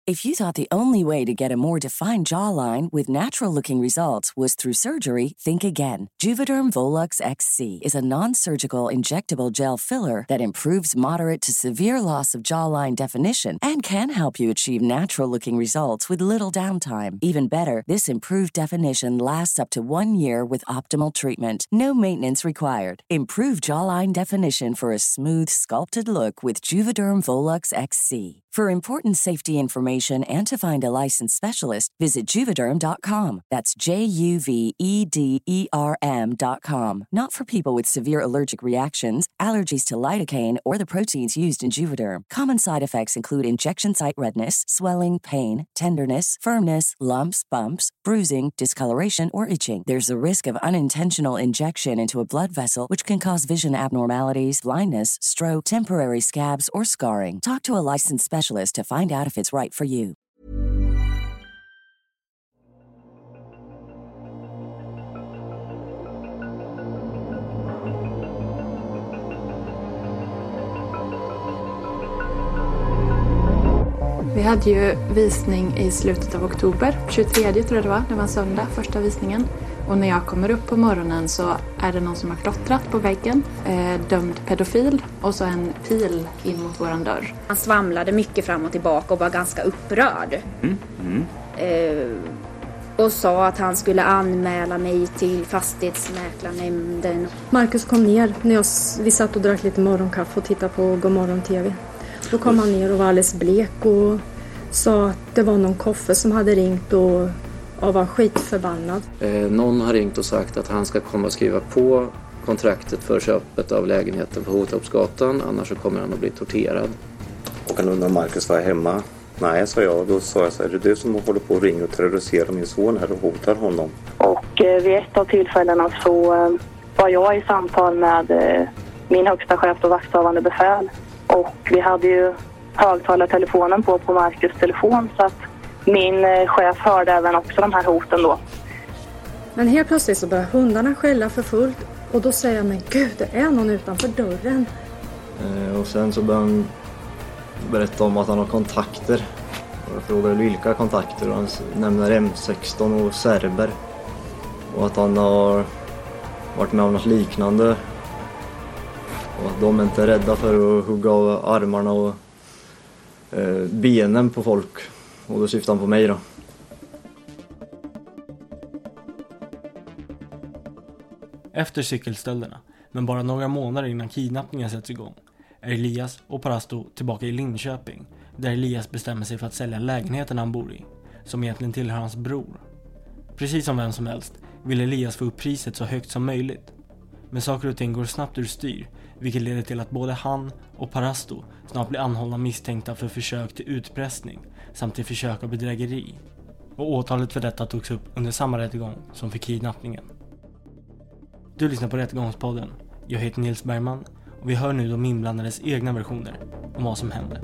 If you thought the only way to get a more defined jawline with natural-looking results was through surgery, think again. Juvederm Volux XC is a non-surgical injectable gel filler that improves moderate to severe loss of jawline definition and can help you achieve natural-looking results with little downtime. Even better, this improved definition lasts up to 1 year with optimal treatment. No maintenance required. Improve jawline definition for a smooth, sculpted look with Juvederm Volux XC. For important safety information and to find a licensed specialist, visit Juvederm.com. That's Juvederm.com. Not for people with severe allergic reactions, allergies to lidocaine, or the proteins used in Juvederm. Common side effects include injection site redness, swelling, pain, tenderness, firmness, lumps, bumps, bruising, discoloration, or itching. There's a risk of unintentional injection into a blood vessel, which can cause vision abnormalities, blindness, stroke, temporary scabs, or scarring. Talk to a licensed specialist to find out if it's right for you. Vi hade ju visning i slutet av oktober, 23 tror jag det var en söndag, första visningen. Och när jag kommer upp på morgonen så är det någon som har klottrat på väggen, dömd pedofil och så en pil in mot våran dörr. Han svamlade mycket fram och tillbaka och var ganska upprörd. Och sa att han skulle anmäla mig till fastighetsmäklarnämnden. Marcus kom ner när vi satt och drack lite morgonkaffe och tittade på Godmorgon TV. Då kom han ner och var alldeles blek och sa att det var någon koffe som hade ringt och var skitförbannad. Någon har ringt och sagt att han ska komma och skriva på kontraktet för köpet av lägenheten på Hotorpsgatan, annars så kommer han att bli torterad. Och han undrar om Marcus var hemma. Nej, sa jag. Då sa jag så här, är det du som håller på att ringa och terrorisera min son här och hotar honom? Och vid ett av tillfällena så var jag i samtal med min högsta chef och vakthavande befäl. Och vi hade ju högtalartelefonen på Marcus telefon, så att min chef hörde även också de här hoten då. Men helt plötsligt så börjar hundarna skälla för fullt och då säger jag, men gud, det är någon utanför dörren. Och sen så börjar han berätta om att han har kontakter. Och jag frågade vilka kontakter och han nämner M16 och serber. Och att han har varit med om något liknande. Och att de inte är rädda för att hugga av armarna och benen på folk. Och då syftar han på mig då. Efter cykelstölderna, men bara några månader innan kidnappningen sätts igång, är Elias och Parasto tillbaka i Linköping, där Elias bestämmer sig för att sälja lägenheten han bor i, som egentligen tillhör hans bror. Precis som vem som helst vill Elias få upp priset så högt som möjligt. Men saker och ting går snabbt ur styr, vilket leder till att både han och Parasto snart blir anhållna misstänkta för försök till utpressning samt till försök av bedrägeri. Och åtalet för detta togs upp under samma rättegång som för kidnappningen. Du lyssnar på Rättegångspodden. Jag heter Nils Bergman och vi hör nu de inblandades egna versioner om vad som hände.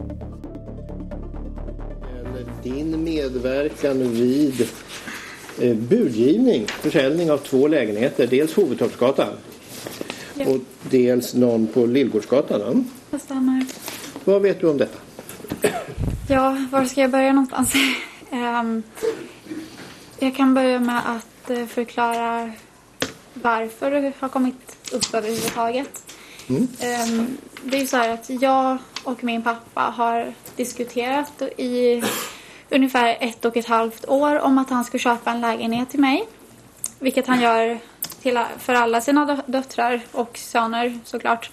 Din medverkan vid budgivning, försäljning av 2 lägenheter, dels Hotorpsgatan och dels någon på Lillgårdsgatan. Det stämmer. Vad vet du om detta? Ja, var ska jag börja någonstans? Jag kan börja med att förklara varför det har kommit upp överhuvudtaget. Det är ju så här att jag och min pappa har diskuterat i ungefär 1,5 år om att han ska köpa en lägenhet till mig. Vilket han gör för alla sina döttrar och söner såklart.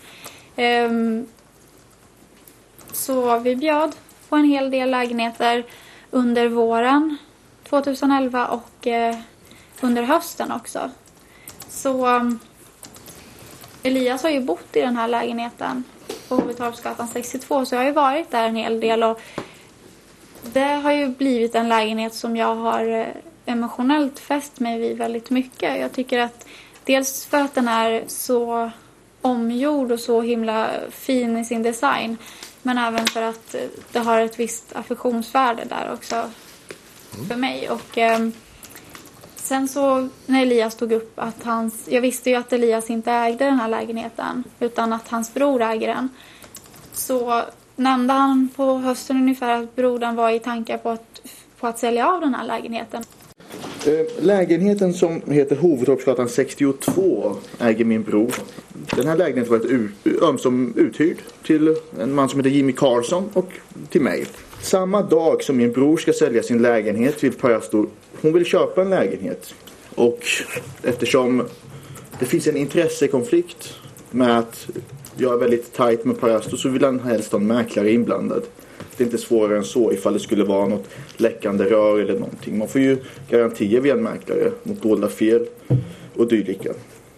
Så vi bjöd på en hel del lägenheter under våren 2011 och under hösten också. Så Elias har ju bott i den här lägenheten på Hotorpsgatan 62, så jag har ju varit där en hel del och det har ju blivit en lägenhet som jag har emotionellt fäst mig vid väldigt mycket. Jag tycker att dels för att den är så omgjord och så himla fin i sin design, men även för att det har ett visst affektionsvärde där också för mig. Och sen så när Elias tog upp att jag visste ju att Elias inte ägde den här lägenheten utan att hans bror äger den. Så nämnde han på hösten ungefär att brodern var i tankar på att sälja av den här lägenheten. Lägenheten som heter Hovedtorpsgatan 62 äger min bror. Den här lägenheten var ömsom uthyrd till en man som heter Jimmy Carlson och till mig. Samma dag som min bror ska sälja sin lägenhet vill Parasto, hon vill köpa en lägenhet. Och eftersom det finns en intressekonflikt med att jag är väldigt tajt med Parasto så vill han helst ha en mäklare inblandad. Det är inte svårare än så ifall det skulle vara något läckande rör eller någonting. Man får ju garantier via en mäklare mot dolda fel och dylika.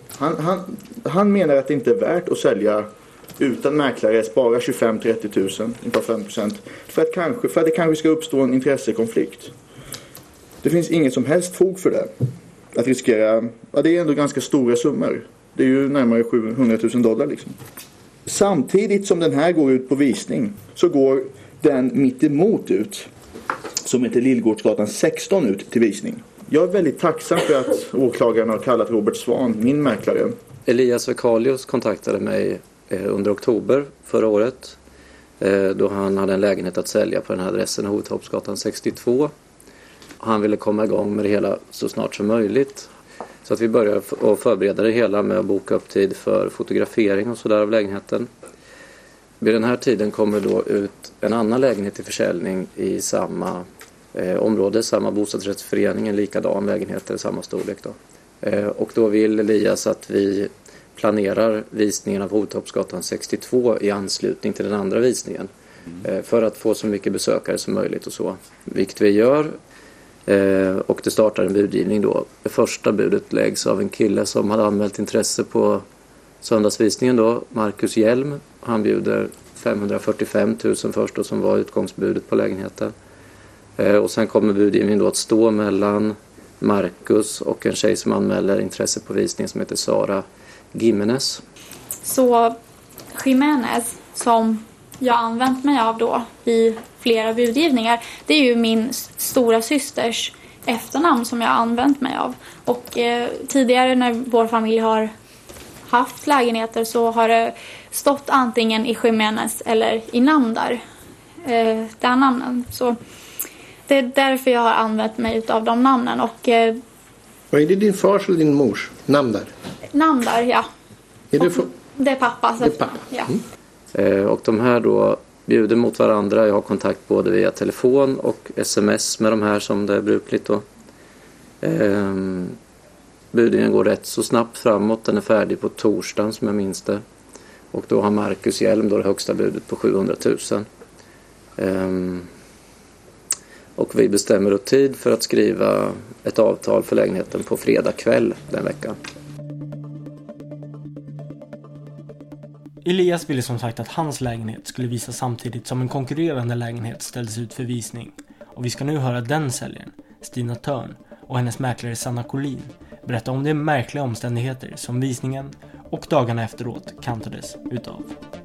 Han menar att det inte är värt att sälja utan mäklare, spara 25-30 000, inte 5%, för att det kanske ska uppstå en intressekonflikt. Det finns inget som helst fog för det. Att riskera, det är ändå ganska stora summor. Det är ju närmare $700 000 liksom. Samtidigt som den här går ut på visning så går den mitt emot ut, som heter Lillgårdsgatan 16 ut till visning. Jag är väldigt tacksam för att åklagaren har kallat Robert Svan, min mäklare. Elias Vekalius kontaktade mig under oktober förra året då han hade en lägenhet att sälja på den här adressen, Hovedtorpsgatan 62. Han ville komma igång med det hela så snart som möjligt. Så att vi började att förbereda det hela med att boka upp tid för fotografering och sådär av lägenheten. Vid den här tiden kommer då ut en annan lägenhet till försäljning i samma område, samma bostadsrättsförening, en likadan lägenhet i samma storlek då. Och då vill Elias att vi planerar visningen av Hovedtorpsgatan 62 i anslutning till den andra visningen. För att få så mycket besökare som möjligt och så. Vilket vi gör. Och det startar en budgivning då. Det första budet läggs av en kille som hade anmält intresse på söndagsvisningen då, Marcus Hjelm. Han bjuder 545 000 först då, som var utgångsbudet på lägenheten. Och sen kommer budgivningen då att stå mellan Marcus och en tjej som anmäler intresse på visningen som heter Sara Gimenez. Så Jimenez, som jag använt mig av då i flera budgivningar, det är ju min stora systers efternamn som jag använt mig av. Och tidigare när vår familj har haft lägenheter så har det stått antingen i Jimenez eller i namn där. Den namnen. Så det är därför jag har använt mig av de namnen. Och, vad är det, din fars eller din mors namn där? Namn där, ja. Det är pappa. Det är pappa. Ja. Och de här då bjuder mot varandra. Jag har kontakt både via telefon och sms med de här som det är brukligt då. Budningen går rätt så snabbt framåt. Den är färdig på torsdagen som jag minns det. Och då har Marcus Hjelm då det högsta budet på 700 000. Och vi bestämmer då tid för att skriva ett avtal för lägenheten på fredag kväll den veckan. Elias ville som sagt att hans lägenhet skulle visas samtidigt som en konkurrerande lägenhet ställdes ut för visning. Och vi ska nu höra den säljaren, Stina Törn, och hennes mäklare Sanna Collin berätta om de märkliga omständigheter som visningen och dagarna efteråt kantades utav.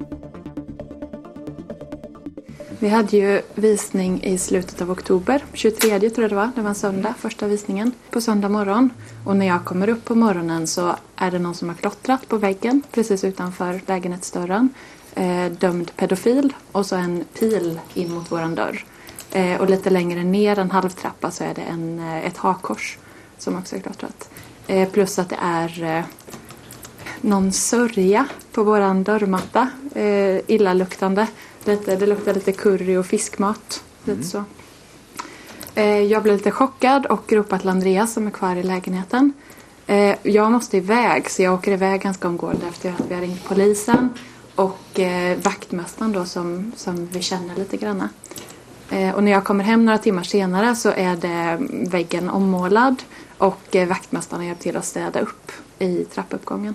Vi hade ju visning i slutet av oktober, 23 tror jag det var en söndag, första visningen, på söndag morgon. Och när jag kommer upp på morgonen så är det någon som har klottrat på väggen precis utanför lägenhetsdörren. Dömd pedofil och så en pil in mot våran dörr. Och lite längre ner, en halvtrappa, så är det ett hakkors som också är klottrat. Plus att det är någon sörja på våran dörrmatta, illaluktande. Det luktar lite curry och fiskmat. Lite så. Jag blev lite chockad och ropade till Andreas som är kvar i lägenheten. Jag måste iväg, så jag åker iväg ganska omgående efter att vi har ringt polisen. Och vaktmästaren då som vi känner lite granna. Och när jag kommer hem några timmar senare så är det väggen ommålad. Och vaktmästaren har hjälpt till att städa upp i trappuppgången.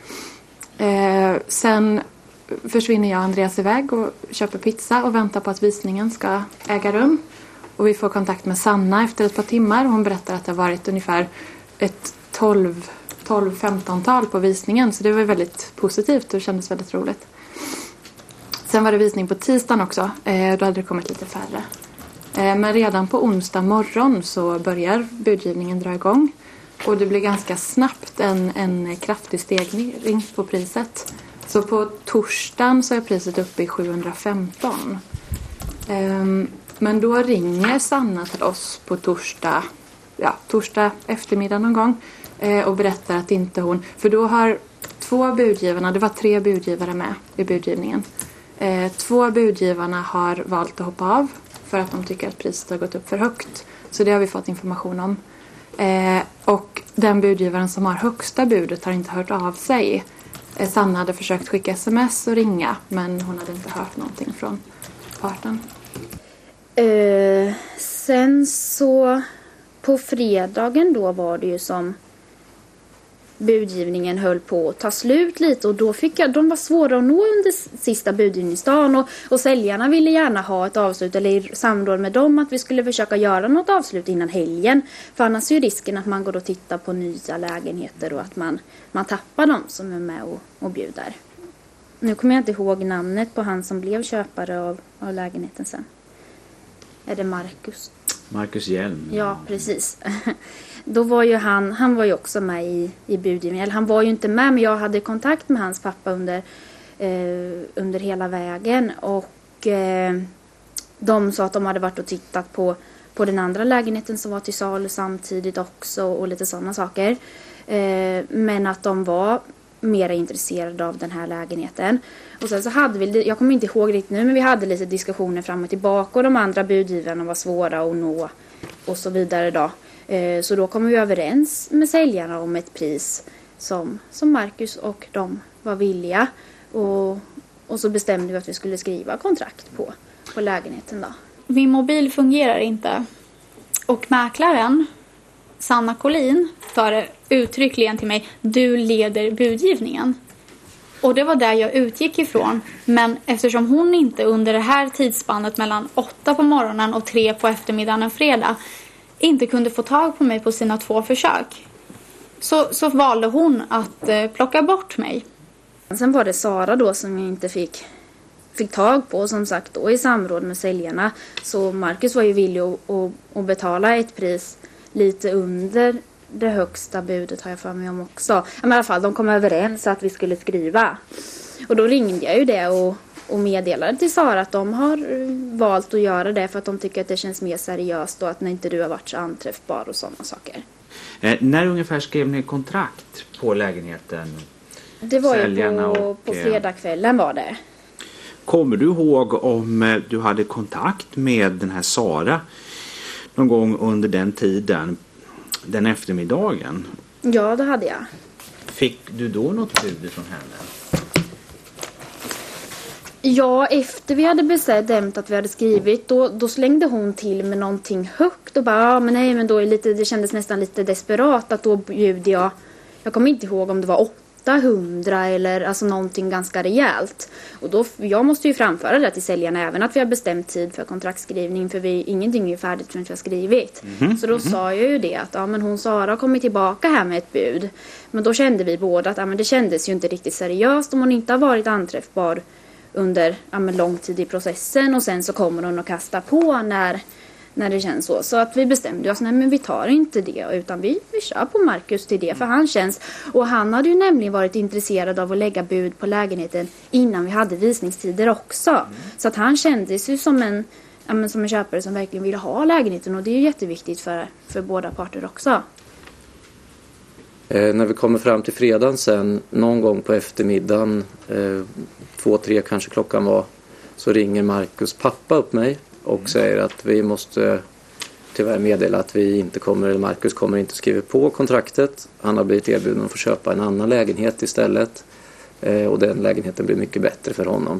Sen försvinner jag och Andreas iväg och köper pizza och väntar på att visningen ska äga rum. Och vi får kontakt med Sanna efter ett par timmar. Hon berättar att det har varit ungefär ett 12-15-tal på visningen. Så det var väldigt positivt och kändes väldigt roligt. Sen var det visning på tisdagen också. Då hade det kommit lite färre. Men redan på onsdag morgon så börjar budgivningen dra igång. Och det blir ganska snabbt en kraftig stegring på priset. Så på torsdagen så är priset uppe i 715. Men då ringer Sanna till oss på torsdag eftermiddag någon gång och berättar att inte hon... För då har 2 budgivarna, det var 3 budgivare med i budgivningen. 2 budgivarna har valt att hoppa av för att de tycker att priset har gått upp för högt. Så det har vi fått information om. Och den budgivaren som har högsta budet har inte hört av sig. Sanna hade försökt skicka sms och ringa, men hon hade inte hört någonting från parten. Sen så på fredagen då var det ju som budgivningen höll på att ta slut lite och då de var svåra att nå under sista budgivningsdagen och säljarna ville gärna ha ett avslut eller i samråd med dem att vi skulle försöka göra något avslut innan helgen, för annars är ju risken att man går och tittar på nya lägenheter och att man tappar dem som är med och bjuder. Nu kommer jag inte ihåg namnet på han som blev köpare av lägenheten sen. Är det Marcus Hjelm? Ja, precis. Då var ju han var ju också med i budgivningen. Eller han var ju inte med, men jag hade kontakt med hans pappa under hela vägen. Och de sa att de hade varit och tittat på den andra lägenheten som var till salu samtidigt också och lite sådana saker. Men att de var mer intresserade av den här lägenheten. Och sen så hade vi, jag kommer inte ihåg riktigt nu, men vi hade lite diskussioner fram och tillbaka och de andra budgivarna var svåra att nå och så vidare då. Så då kom vi överens med säljarna om ett pris som Marcus och de var villiga. Och så bestämde vi att vi skulle skriva kontrakt på lägenheten då. Min mobil fungerar inte. Och mäklaren, Sanna Collin, sa det uttryckligen till mig: du leder budgivningen. Och det var där jag utgick ifrån. Men eftersom hon inte under det här tidsspannet mellan 8 på morgonen och 3 på eftermiddagen en fredag inte kunde få tag på mig på sina 2 försök, så valde hon att plocka bort mig. Sen var det Sara då som jag inte fick tag på, som sagt då i samråd med säljarna. Så Marcus var ju villig att betala ett pris lite under det högsta budet, har jag för mig om också. Men i alla fall, de kom överens att vi skulle skriva. Och då ringde jag ju det och meddelade till Sara att de har valt att göra det för att de tycker att det känns mer seriöst och att när inte du har varit så anträffbar och sådana saker. När ungefär skrev ni kontrakt på lägenheten? Det var ju på fredagskvällen var det. Kommer du ihåg om du hade kontakt med den här Sara någon gång under den tiden, den eftermiddagen? Ja, det hade jag. Fick du då något bud från henne? Ja, efter vi hade bestämt att vi hade skrivit, då slängde hon till med någonting högt och bara, men nej, men då är det kändes nästan lite desperat att då bjuder jag kommer inte ihåg om det var 800 eller alltså någonting ganska rejält. Och då, jag måste ju framföra det till säljarna även att vi har bestämt tid för kontraktskrivning, för ingenting är färdigt förrän vi har skrivit. Så då sa jag ju det att men hon Sara har kommit tillbaka här med ett bud. Men då kände vi båda att men det kändes ju inte riktigt seriöst om hon inte har varit anträffbar under lång tid i processen och sen så kommer hon att kasta på när det känns så. Så att vi bestämde oss, nej men vi tar inte det utan vi kör på Marcus till det, för han känns, och han hade ju nämligen varit intresserad av att lägga bud på lägenheten innan vi hade visningstider också. Så att han kändes ju som en köpare som verkligen ville ha lägenheten, och det är ju jätteviktigt för båda parter också. När vi kommer fram till fredagen sen, någon gång på eftermiddagen, 2-3 kanske klockan var, så ringer Marcus pappa upp mig och säger att vi måste tyvärr meddela att vi inte kommer, eller Marcus kommer inte skriva på kontraktet. Han har blivit erbjuden att få köpa en annan lägenhet istället, och den lägenheten blir mycket bättre för honom.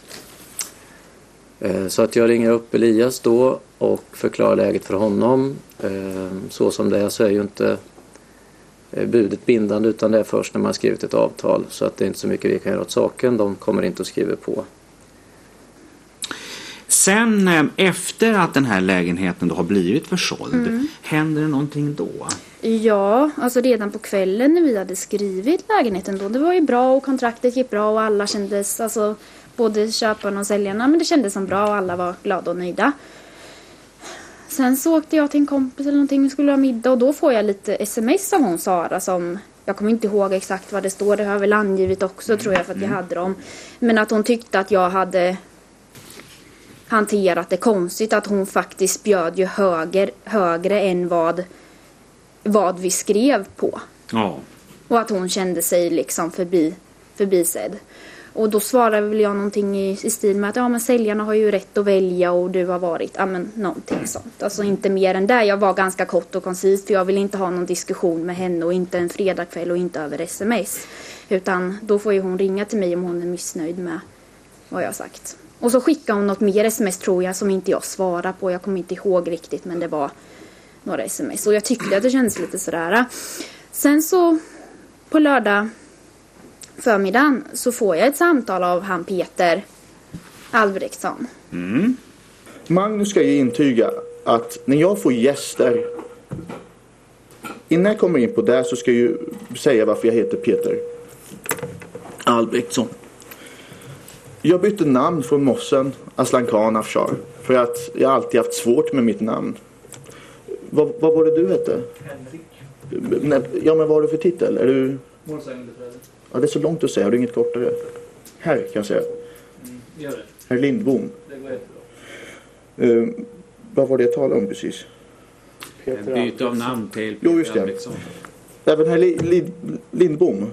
Så att jag ringer upp Elias då och förklarar läget för honom. Så som det är så är ju inte budet bindande, utan det är först när man har skrivit ett avtal, så att det är inte så mycket vi kan göra åt saken. De kommer inte att skriva på. Sen efter att den här lägenheten då har blivit försåld, händer det någonting då? Ja, alltså redan på kvällen när vi hade skrivit lägenheten då, det var ju bra och kontraktet gick bra och alla kändes, alltså både köparna och säljarna, men det kändes som bra och alla var glada och nöjda. Sen så åkte jag till en kompis eller någonting och skulle ha middag, och då får jag lite sms av hon Sara som Jag kommer inte ihåg exakt vad det står. Det har jag väl angivit också tror jag för att jag hade dem. Men att hon tyckte att jag hade hanterat det konstigt. Att hon faktiskt bjöd ju högre än vad vi skrev på. Ja. Och att hon kände sig liksom förbisedd. Och då svarade väl jag någonting i stil med att men säljarna har ju rätt att välja och du har varit, någonting sånt. Alltså inte mer än det. Jag var ganska kort och koncis för jag vill inte ha någon diskussion med henne och inte en fredagkväll och inte över sms. Utan då får ju hon ringa till mig om hon är missnöjd med vad jag har sagt. Och så skickade hon något mer sms tror jag som inte jag svarade på. Jag kommer inte ihåg riktigt men det var några sms. Och jag tyckte att det kändes lite sådär. Sen så på lördag förmiddagen så får jag ett samtal av han Peter Albrektsson. Magnus ska ju intyga att när jag får gäster, innan jag kommer in på det så ska jag ju säga varför jag heter Peter Albrektsson. Jag bytte namn från Mossen Aslan Khan Afshar för att jag alltid haft svårt med mitt namn. Vad var det du hette? Henrik. Ja, men vad har du för titel? Är du... Ja, det är så långt att säga. Har du inget kortare? Här kan jag säga. Gör det. Herr Lindbom. Det går jättebra. Vad var det jag talade om precis? Byte av namn till Jo, just det. Även herr Lindbom.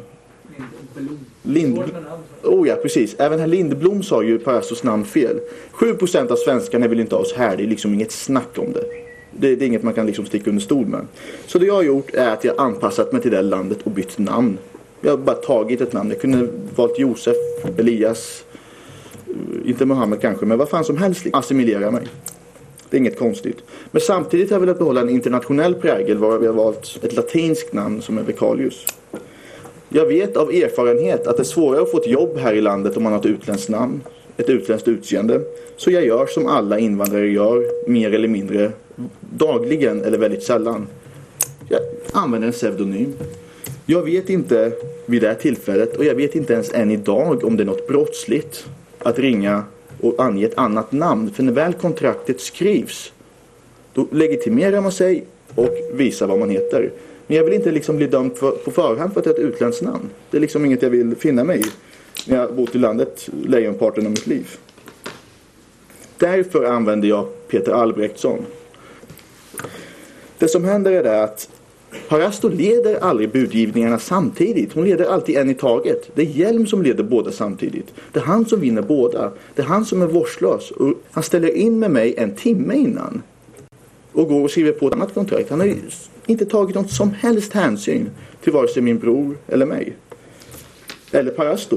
Oh ja, precis. Även herr Lindblom sa ju Parastos namn fel. 7% av svenskarna vill inte ha oss här. Det är liksom inget snack om det. Det är inget man kan liksom sticka under stol med. Så det jag har gjort är att jag anpassat mig till det landet och bytt namn. Jag har bara tagit ett namn. Jag kunde valt Josef, Elias, inte Mohammed kanske, men vad fan som helst. Assimilera mig. Det är inget konstigt. Men samtidigt har jag velat behålla en internationell prägel var vi har valt ett latinskt namn som är Vekalius. Jag vet av erfarenhet att det är svårare att få ett jobb här i landet om man har ett utländskt namn, ett utländskt utseende. Så jag gör som alla invandrare gör, mer eller mindre dagligen eller väldigt sällan. Jag använder en pseudonym. Jag vet inte vid det här tillfället och jag vet inte ens än idag om det är något brottsligt att ringa och ange ett annat namn. För när väl kontraktet skrivs då legitimerar man sig och visar vad man heter. Men jag vill inte liksom bli dömd på förhand för att det är ett utländskt namn. Det är liksom inget jag vill finna mig i när jag bott i landet lejonparten av mitt liv. Därför använder jag Peter Albrektsson. Det som händer är det att Parasto leder aldrig budgivningarna samtidigt. Hon leder alltid en i taget. Det är Hjelm som leder båda samtidigt. Det är han som vinner båda. Det är han som är vårdslös. Och han ställer in med mig en timme innan. Och går och skriver på ett annat kontrakt. Han har ju inte tagit något som helst hänsyn till vare sig min bror eller mig. Eller Parasto.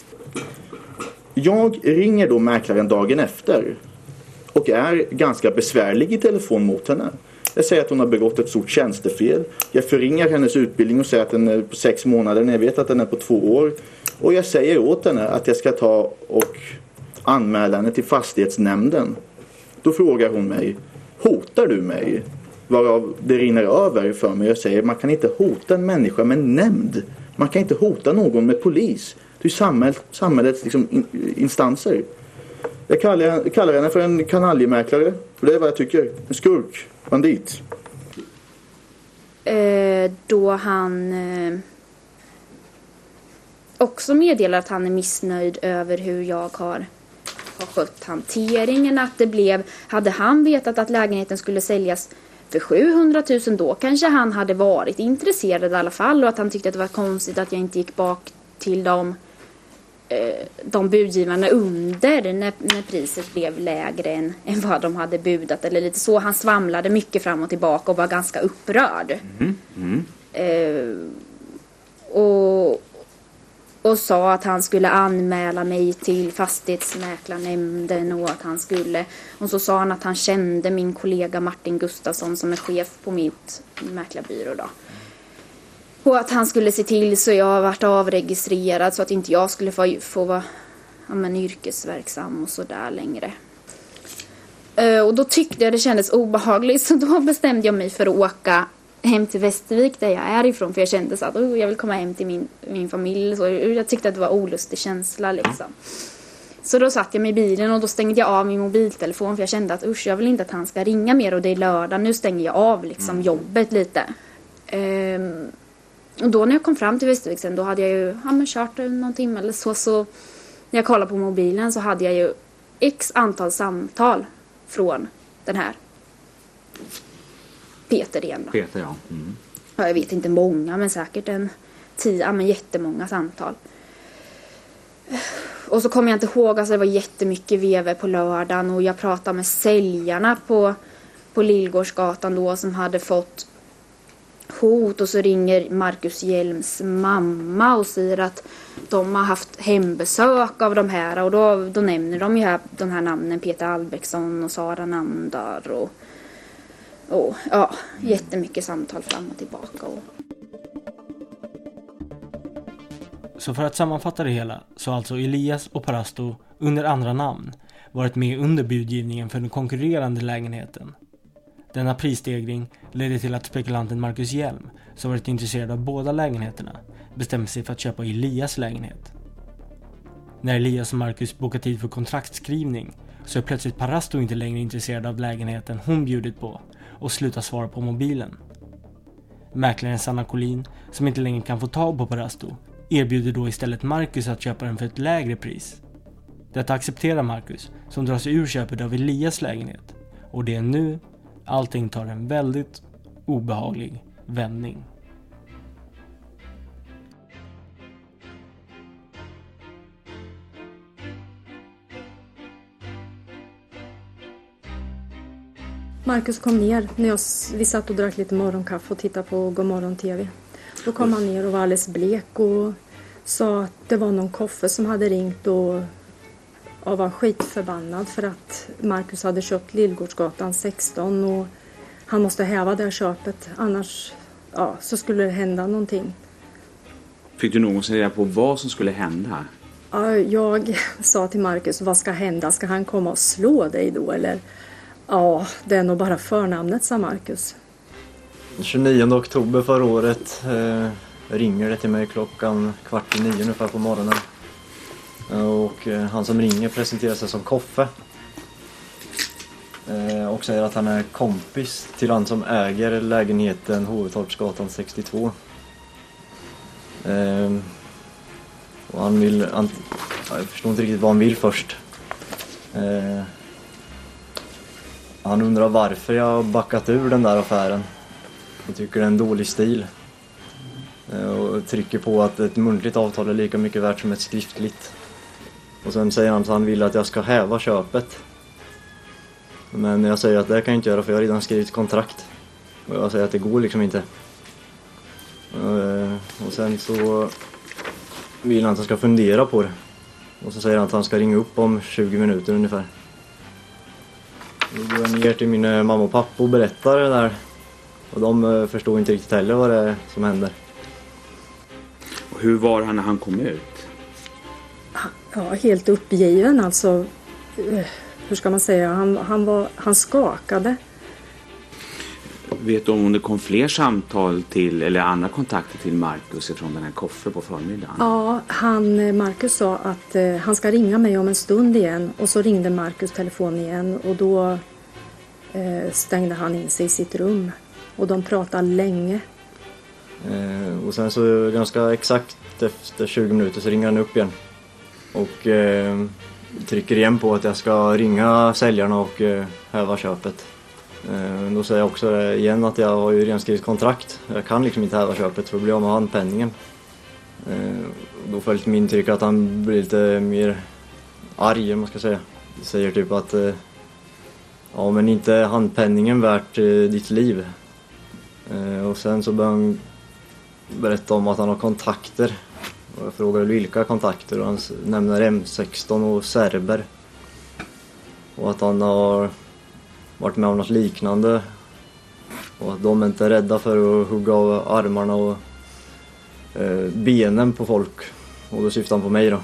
Jag ringer då mäklaren dagen efter. Och är ganska besvärlig i telefon mot henne. Jag säger att hon har begått ett stort tjänstefel. Jag förringar hennes utbildning och säger att den är på 6 månader när jag vet att den är på 2 år. Och jag säger åt henne att jag ska ta och anmäla henne till fastighetsnämnden. Då frågar hon mig, hotar du mig? Varav det rinner över för mig. Jag säger, man kan inte hota en människa med nämnd. Man kan inte hota någon med polis. Det är samhällets liksom, instanser. Jag kallar henne för en kanaljemäklare. För det är vad jag tycker. En skurk. Bandit. Då han också meddelar att han är missnöjd över hur jag har skött hanteringen. Att det blev, hade han vetat att lägenheten skulle säljas för 700 000 då kanske han hade varit intresserad i alla fall. Och att han tyckte att det var konstigt att jag inte gick bak till de budgivarna under när priset blev lägre än vad de hade budat eller lite så. Han svamlade mycket fram och tillbaka och var ganska upprörd. Och sa att han skulle anmäla mig till fastighetsmäklarnämnden och så sa han att han kände min kollega Martin Gustafsson som är chef på mitt mäklarbyrå då. Och att han skulle se till så jag har varit avregistrerad så att inte jag skulle få vara yrkesverksam och sådär längre. Och då tyckte jag det kändes obehagligt så då bestämde jag mig för att åka hem till Västervik där jag är ifrån. För jag kände så att jag vill komma hem till min familj. Så jag tyckte att det var olustig känsla liksom. Så då satt jag mig i bilen och då stängde jag av min mobiltelefon. För jag kände att jag vill inte att han ska ringa mer och det är lördag. Nu stänger jag av liksom jobbet lite. Och då när jag kom fram till Västerviksen, då hade jag ju kört någon timme eller så när jag kollade på mobilen så hade jag ju x antal samtal från den här Peter igen då. Peter, ja. Mm. Ja, jag vet inte många, men säkert 10, jättemånga samtal. Och så kommer jag inte ihåg, alltså det var jättemycket vever på lördagen och jag pratade med säljarna på Lillgårdsgatan då som hade fått hot, och så ringer Marcus Hjelms mamma och säger att de har haft hembesök av de här, och då nämner de ju här, de här namnen Peter Albrektsson och Sara Namdar och jättemycket samtal fram och tillbaka. Så för att sammanfatta det hela så har alltså Elias och Parasto under andra namn varit med under budgivningen för den konkurrerande lägenheten. Denna prisstegring ledde till att spekulanten Marcus Hjelm, som varit intresserad av båda lägenheterna, bestämde sig för att köpa Elias lägenhet. När Elias och Marcus bokar tid för kontraktskrivning så är plötsligt Parasto inte längre intresserad av lägenheten hon bjudit på och slutar svara på mobilen. Mäklaren Sanna Collin, som inte längre kan få tag på Parasto, erbjuder då istället Marcus att köpa den för ett lägre pris. Detta accepterar Marcus, som drar sig ur köpet av Elias lägenhet. Och det är nu allting tar en väldigt obehaglig vändning. Marcus kom ner när vi satt och drack lite morgonkaffe och tittade på Godmorgon TV. Då kom han ner och var alldeles blek och sa att det var någon koffe som hade ringt och var skitförbannad för att Marcus hade köpt Lillgårdsgatan 16 och han måste häva det här köpet, annars så skulle det hända någonting. Fick du någon säga på vad som skulle hända? Ja, jag sa till Marcus, vad ska hända? Ska han komma och slå dig då eller? Ja, det är nog bara förnamnet, sa Marcus. 29 oktober förra året ringer det till mig klockan 8:45 ungefär på morgonen. Och han som ringer presenterar sig som Koffe. Och säger att han är kompis till han som äger lägenheten Hovetorpsgatan 62. Och han vill... jag förstår inte riktigt vad han vill först. Han undrar varför jag har backat ur den där affären. Jag tycker det är en dålig stil. Och trycker på att ett muntligt avtal är lika mycket värt som ett skriftligt. Och sen säger han att han vill att jag ska häva köpet. Men jag säger att det kan jag inte göra för jag har redan skrivit kontrakt. Och jag säger att det går liksom inte. Och sen så vill han att jag ska fundera på det. Och så säger han att han ska ringa upp om 20 minuter ungefär. Då går jag ner till min mamma och pappa och berättar det där. Och de förstår inte riktigt heller vad det är som händer. Och hur var han när han kom ut? Ja, helt uppgiven alltså. Hur ska man säga? Han skakade. Vet du om det kom fler samtal till eller andra kontakter till Marcus från den här Koffe på förmiddagen? Ja, Marcus sa att han ska ringa mig om en stund igen. Och så ringde Marcus telefon igen och då stängde han in sig i sitt rum. Och de pratade länge. Och sen så ganska exakt efter 20 minuter så ringer han upp igen. Och trycker igen på att jag ska ringa säljarna och häva köpet. Då säger jag också igen att jag har ju redan skrivit kontrakt. Jag kan liksom inte häva köpet för att bli av med handpenningen. Då får jag lite intryck att han blir lite mer arg, om man ska säga. Säger typ att ja, men inte handpenningen värt ditt liv. Och sen så börjar han berätta om att han har kontakter. Och jag frågar vilka kontakter och han nämner M16 och serber. Och att han har varit med om något liknande. Och att de inte är rädda för att hugga av armarna och benen på folk. Och då syftar han på mig då.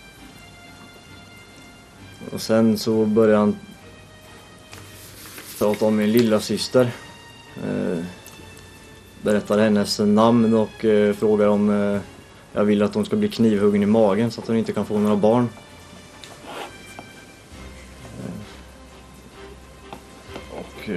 Och sen så börjar han prata om min lilla syster. Berättar hennes namn och frågar om jag vill att hon ska bli knivhuggen i magen så att hon inte kan få några barn. Och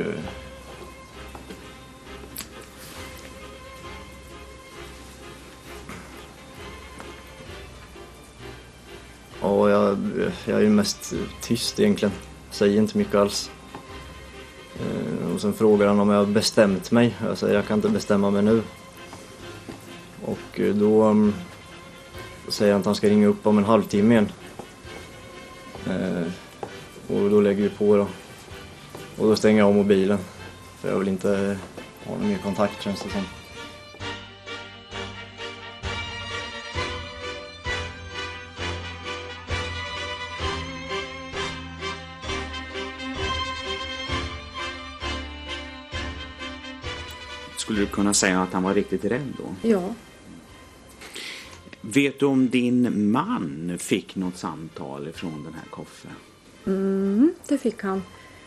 Ja, jag är ju mest tyst egentligen. Säger inte mycket alls. Och sen frågar han om jag har bestämt mig. Jag säger jag kan inte bestämma mig nu. Och då säger han att han ska ringa upp om en halvtimme igen. Och då lägger vi på då. Och då stänger jag av mobilen. För jag vill inte ha någon mer kontakt, känns det som. Skulle du kunna säga att han var riktigt rädd då? Ja. Vet du om din man fick något samtal från den här Koffe? Det fick han.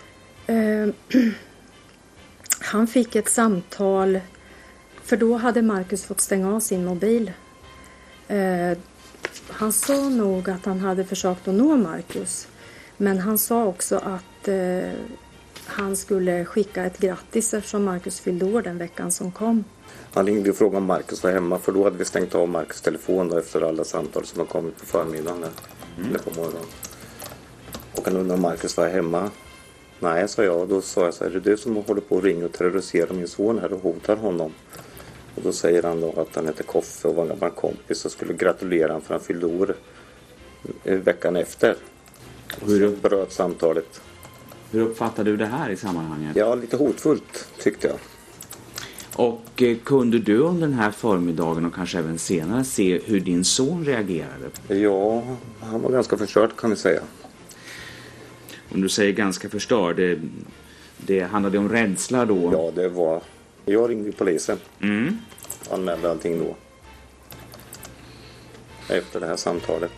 Han fick ett samtal, för då hade Marcus fått stänga av sin mobil. Han sa nog att han hade försökt att nå Marcus. Men han sa också att han skulle skicka ett grattis eftersom Marcus fyllde år den veckan som kom. Han ringde och frågade om Marcus var hemma, för då hade vi stängt av Marcus telefon då, efter alla samtal som har kommit på förmiddagen eller på morgonen. Och han undrade om Marcus var hemma. Nej, sa jag. Och då sa jag så här, är det du som håller på att ringa och terrorisera min son här och hotar honom? Och då säger han då att han heter Koffe och var en gammal kompis och skulle gratulera honom för han fyllde år veckan efter. Och hur bröt samtalet? Hur uppfattade du det här i sammanhanget? Ja, lite hotfullt tyckte jag. Och kunde du under den här förmiddagen och kanske även senare se hur din son reagerade? Ja, han var ganska förstörd kan vi säga. Om du säger ganska förstörd, det handlade om rädsla då? Ja, det var... Jag ringde polisen. Anmälde allting då. Efter det här samtalet.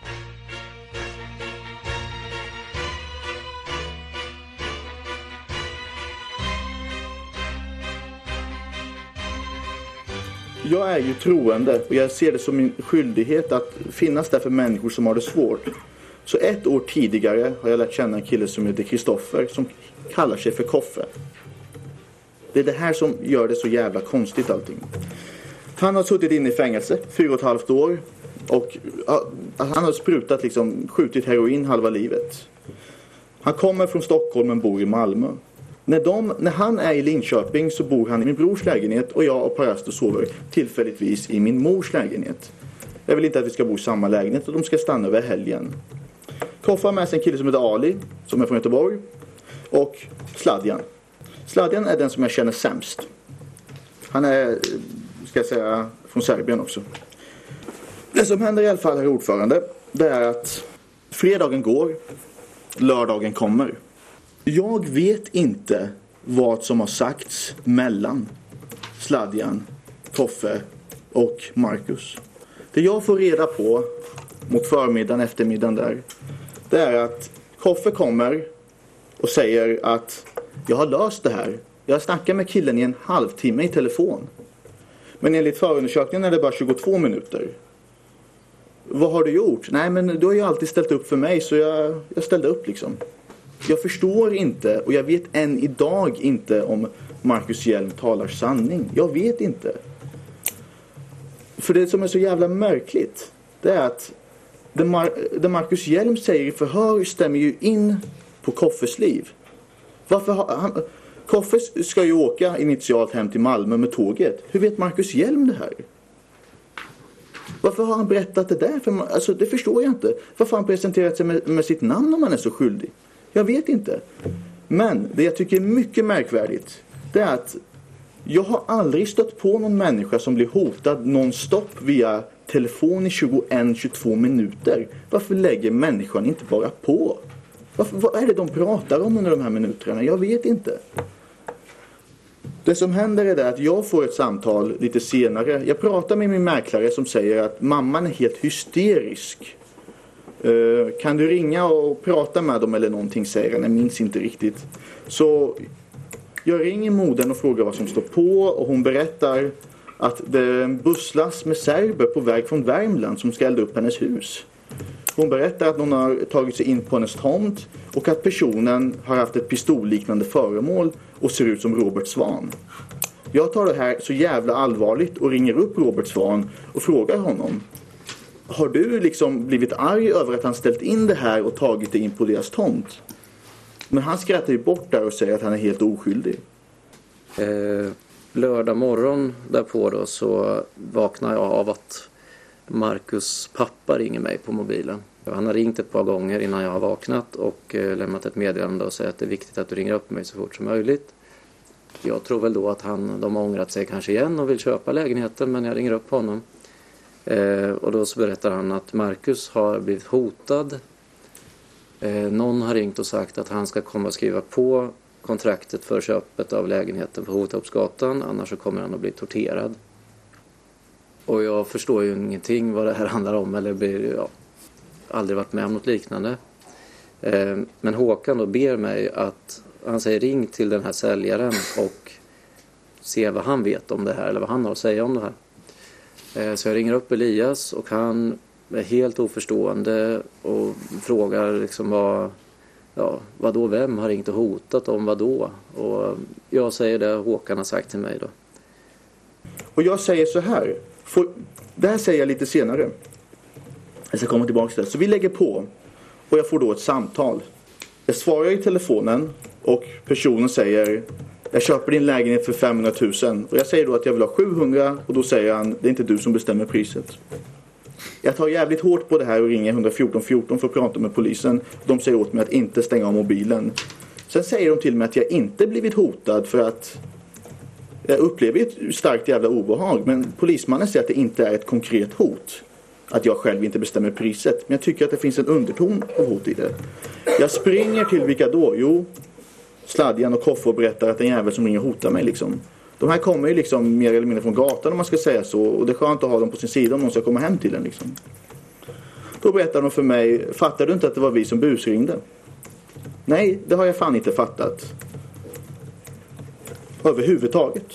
Jag är ju troende och jag ser det som min skyldighet att finnas där för människor som har det svårt. Så 1 år tidigare har jag lärt känna en kille som heter Kristoffer som kallar sig för Koffe. Det är det här som gör det så jävla konstigt allting. Han har suttit inne i fängelse 4,5 år och han har sprutat skjutit heroin halva livet. Han kommer från Stockholm men bor i Malmö. När han är i Linköping så bor han i min brors lägenhet och jag och Parasto sover tillfälligtvis i min mors lägenhet. Jag vill inte att vi ska bo i samma lägenhet och de ska stanna över helgen. Koffe har med sig en kille som heter Ali, som är från Göteborg, och Sladjan. Sladjan är den som jag känner sämst. Han är, ska jag säga, från Serbien också. Det som händer i alla fall, herr ordförande, det är att fredagen går, lördagen kommer. Jag vet inte vad som har sagts mellan Sladjan, Koffe och Marcus. Det jag får reda på mot förmiddagen, eftermiddagen där, det är att Koffe kommer och säger att jag har löst det här. Jag snackar med killen i en halvtimme i telefon. Men enligt förundersökningen är det bara 22 minuter. Vad har du gjort? Nej, men du har ju alltid ställt upp för mig så jag ställde upp liksom. Jag förstår inte och jag vet än idag inte om Marcus Hjelm talar sanning. Jag vet inte. För det som är så jävla märkligt, det är att det Marcus Hjelm säger i förhör stämmer ju in på Koffes liv. Varför har Koffe ska ju åka initialt hem till Malmö med tåget. Hur vet Marcus Hjelm det här? Varför har han berättat det där? Alltså, det förstår jag inte. Varför har han presenterat sig med sitt namn om han är så skyldig? Jag vet inte. Men det jag tycker är mycket märkvärdigt, det är att jag har aldrig stött på någon människa som blir hotad nonstop via telefon i 21-22 minuter. Varför lägger människan inte bara på? Vad är det de pratar om under de här minuterna? Jag vet inte. Det som händer är det att jag får ett samtal lite senare. Jag pratar med min mäklare som säger att mamman är helt hysterisk. Kan du ringa och prata med dem eller någonting, säger han. Jag minns inte riktigt. Så jag ringer modern och frågar vad som står på och hon berättar att det är en busslast med serber på väg från Värmland som ska elda upp hennes hus. Hon berättar att någon har tagit sig in på hennes tomt och att personen har haft ett pistolliknande föremål och ser ut som Robert Svan. Jag tar det här så jävla allvarligt och ringer upp Robert Svan och frågar honom: Har du liksom blivit arg över att han ställt in det här och tagit det in på deras tomt? Men han skrattar ju bort där och säger att han är helt oskyldig. Lördag morgon därpå då så vaknar jag av att Marcus pappa ringer mig på mobilen. Han har ringt ett par gånger innan jag har vaknat och lämnat ett meddelande och säger att det är viktigt att du ringer upp mig så fort som möjligt. Jag tror väl då att de har ångrat sig kanske igen och vill köpa lägenheten, men jag ringer upp honom. Och då så berättar han att Marcus har blivit hotad. Någon har ringt och sagt att han ska komma och skriva på kontraktet för köpet av lägenheten på Hotorpsgatan, annars så kommer han att bli torterad. Och jag förstår ju ingenting vad det här handlar om, eller aldrig varit med om något liknande. Men Håkan då ber mig att, han säger ring till den här säljaren och se vad han vet om det här, eller vad han har att säga om det här. Så jag ringer upp Elias och han är helt oförstående och frågar liksom vad då, vem har ringt och hotat om vad då? Och jag säger det Håkan har sagt till mig då. Och jag säger så här, det här säger jag lite senare. Jag ska komma tillbaka till det. Så vi lägger på och jag får då ett samtal. Jag svarar i telefonen och personen säger, jag köper din lägenhet för 500 000. Och jag säger då att jag vill ha 700 och då säger han, det är inte du som bestämmer priset. Jag tar jävligt hårt på det här och ringer 114 14 för att prata med polisen. De säger åt mig att inte stänga av mobilen. Sen säger de till mig att jag inte blivit hotad för att jag upplever ett starkt jävla obehag. Men polismannen säger att det inte är ett konkret hot. Att jag själv inte bestämmer priset. Men jag tycker att det finns en underton av hot i det. Jag springer till vilka då? Jo, Sladjan och Koffe och berättar att en jävel som ringer hotar mig liksom. De här kommer ju liksom mer eller mindre från gatan om man ska säga så. Och det är skönt att ha dem på sin sida om någon ska komma hem till en liksom. Då berättar de för mig, fattar du inte att det var vi som busringde? Nej, det har jag fan inte fattat. Överhuvudtaget.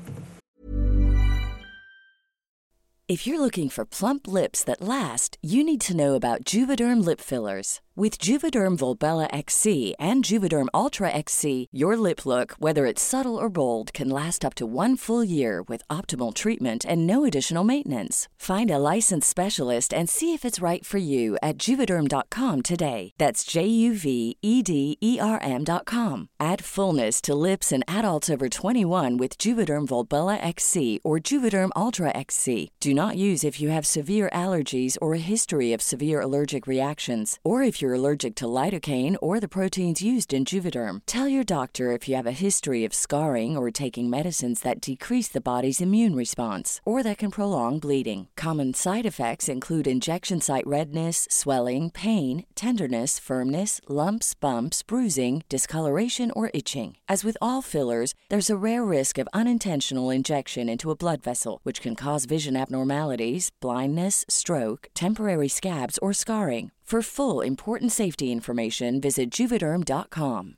If you're looking for plump lips that last, you need to know about Juvederm lip fillers. With Juvederm Volbella XC and Juvederm Ultra XC, your lip look, whether it's subtle or bold, can last up to 1 full year with optimal treatment and no additional maintenance. Find a licensed specialist and see if it's right for you at Juvederm.com today. That's JUVEDERM.com. Add fullness to lips in adults over 21 with Juvederm Volbella XC or Juvederm Ultra XC. Do not use if you have severe allergies or a history of severe allergic reactions, or if you're allergic to lidocaine or the proteins used in Juvederm. Tell your doctor if you have a history of scarring or taking medicines that decrease the body's immune response or that can prolong bleeding. Common side effects include injection site redness, swelling, pain, tenderness, firmness, lumps, bumps, bruising, discoloration, or itching. As with all fillers, there's a rare risk of unintentional injection into a blood vessel, which can cause vision abnormalities, blindness, stroke, temporary scabs, or scarring. For full important safety information, visit Juvederm.com.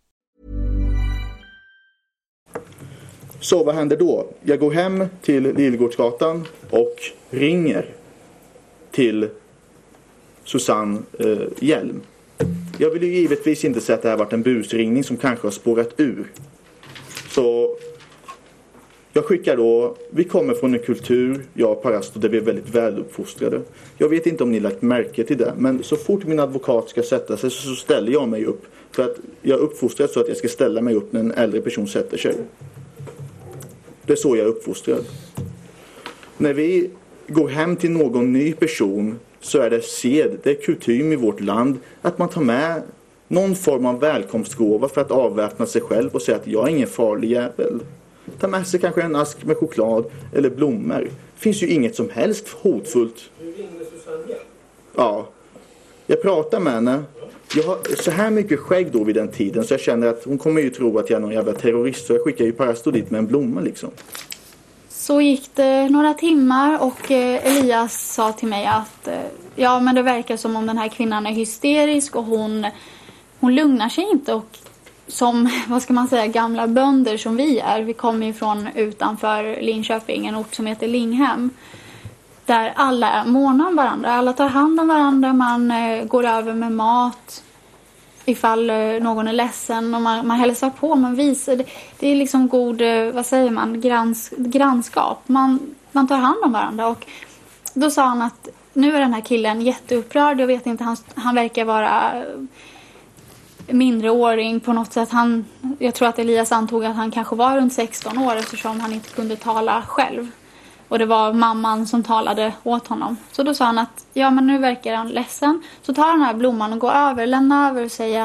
Så vad händer då? Jag går hem till Lillgårdsgatan och ringer till Susanne Hjelm. Jag vill ju givetvis inte säga att det här varit en busringning som kanske har spårat ur. Så jag skickar då, vi kommer från en kultur, jag och Parasto, där vi är väldigt väluppfostrade. Jag vet inte om ni lagt märke till det, men så fort min advokat ska sätta sig så ställer jag mig upp. För att jag är uppfostrad så att jag ska ställa mig upp när en äldre person sätter sig. Det är så jag är uppfostrad. När vi går hem till någon ny person så är det sed, det är kutym i vårt land att man tar med någon form av välkomstgåva för att avväpna sig själv och säga att jag är ingen farlig jävel. Ta med sig kanske en ask med choklad eller blommor. Det finns ju inget som helst hotfullt. Du ringde Susanne? Ja. Jag pratar med henne. Jag har så här mycket skägg då vid den tiden så jag känner att hon kommer ju tro att jag är någon jävla terrorist. Så jag skickar ju Parasto dit med en blomma liksom. Så gick det några timmar och Elias sa till mig att ja, men det verkar som om den här kvinnan är hysterisk och hon lugnar sig inte. Och som, vad ska man säga, gamla bönder som vi är. Vi kommer ju från utanför Linköping, en ort som heter Linghem. Där alla är måna om varandra. Alla tar hand om varandra. Man går över med mat ifall någon är ledsen. Och man hälsar på. Man visar. Det är liksom god, vad säger man, grannskap. Man tar hand om varandra. Och då sa han att nu är den här killen jätteupprörd. Jag vet inte, han verkar vara mindreåring på något sätt. Jag tror att Elias antog att han kanske var runt 16 år eftersom han inte kunde tala själv. Och det var mamman som talade åt honom. Så då sa han att ja, men nu verkar han ledsen. Så tar han den här blomman och går över, lämnar över och säger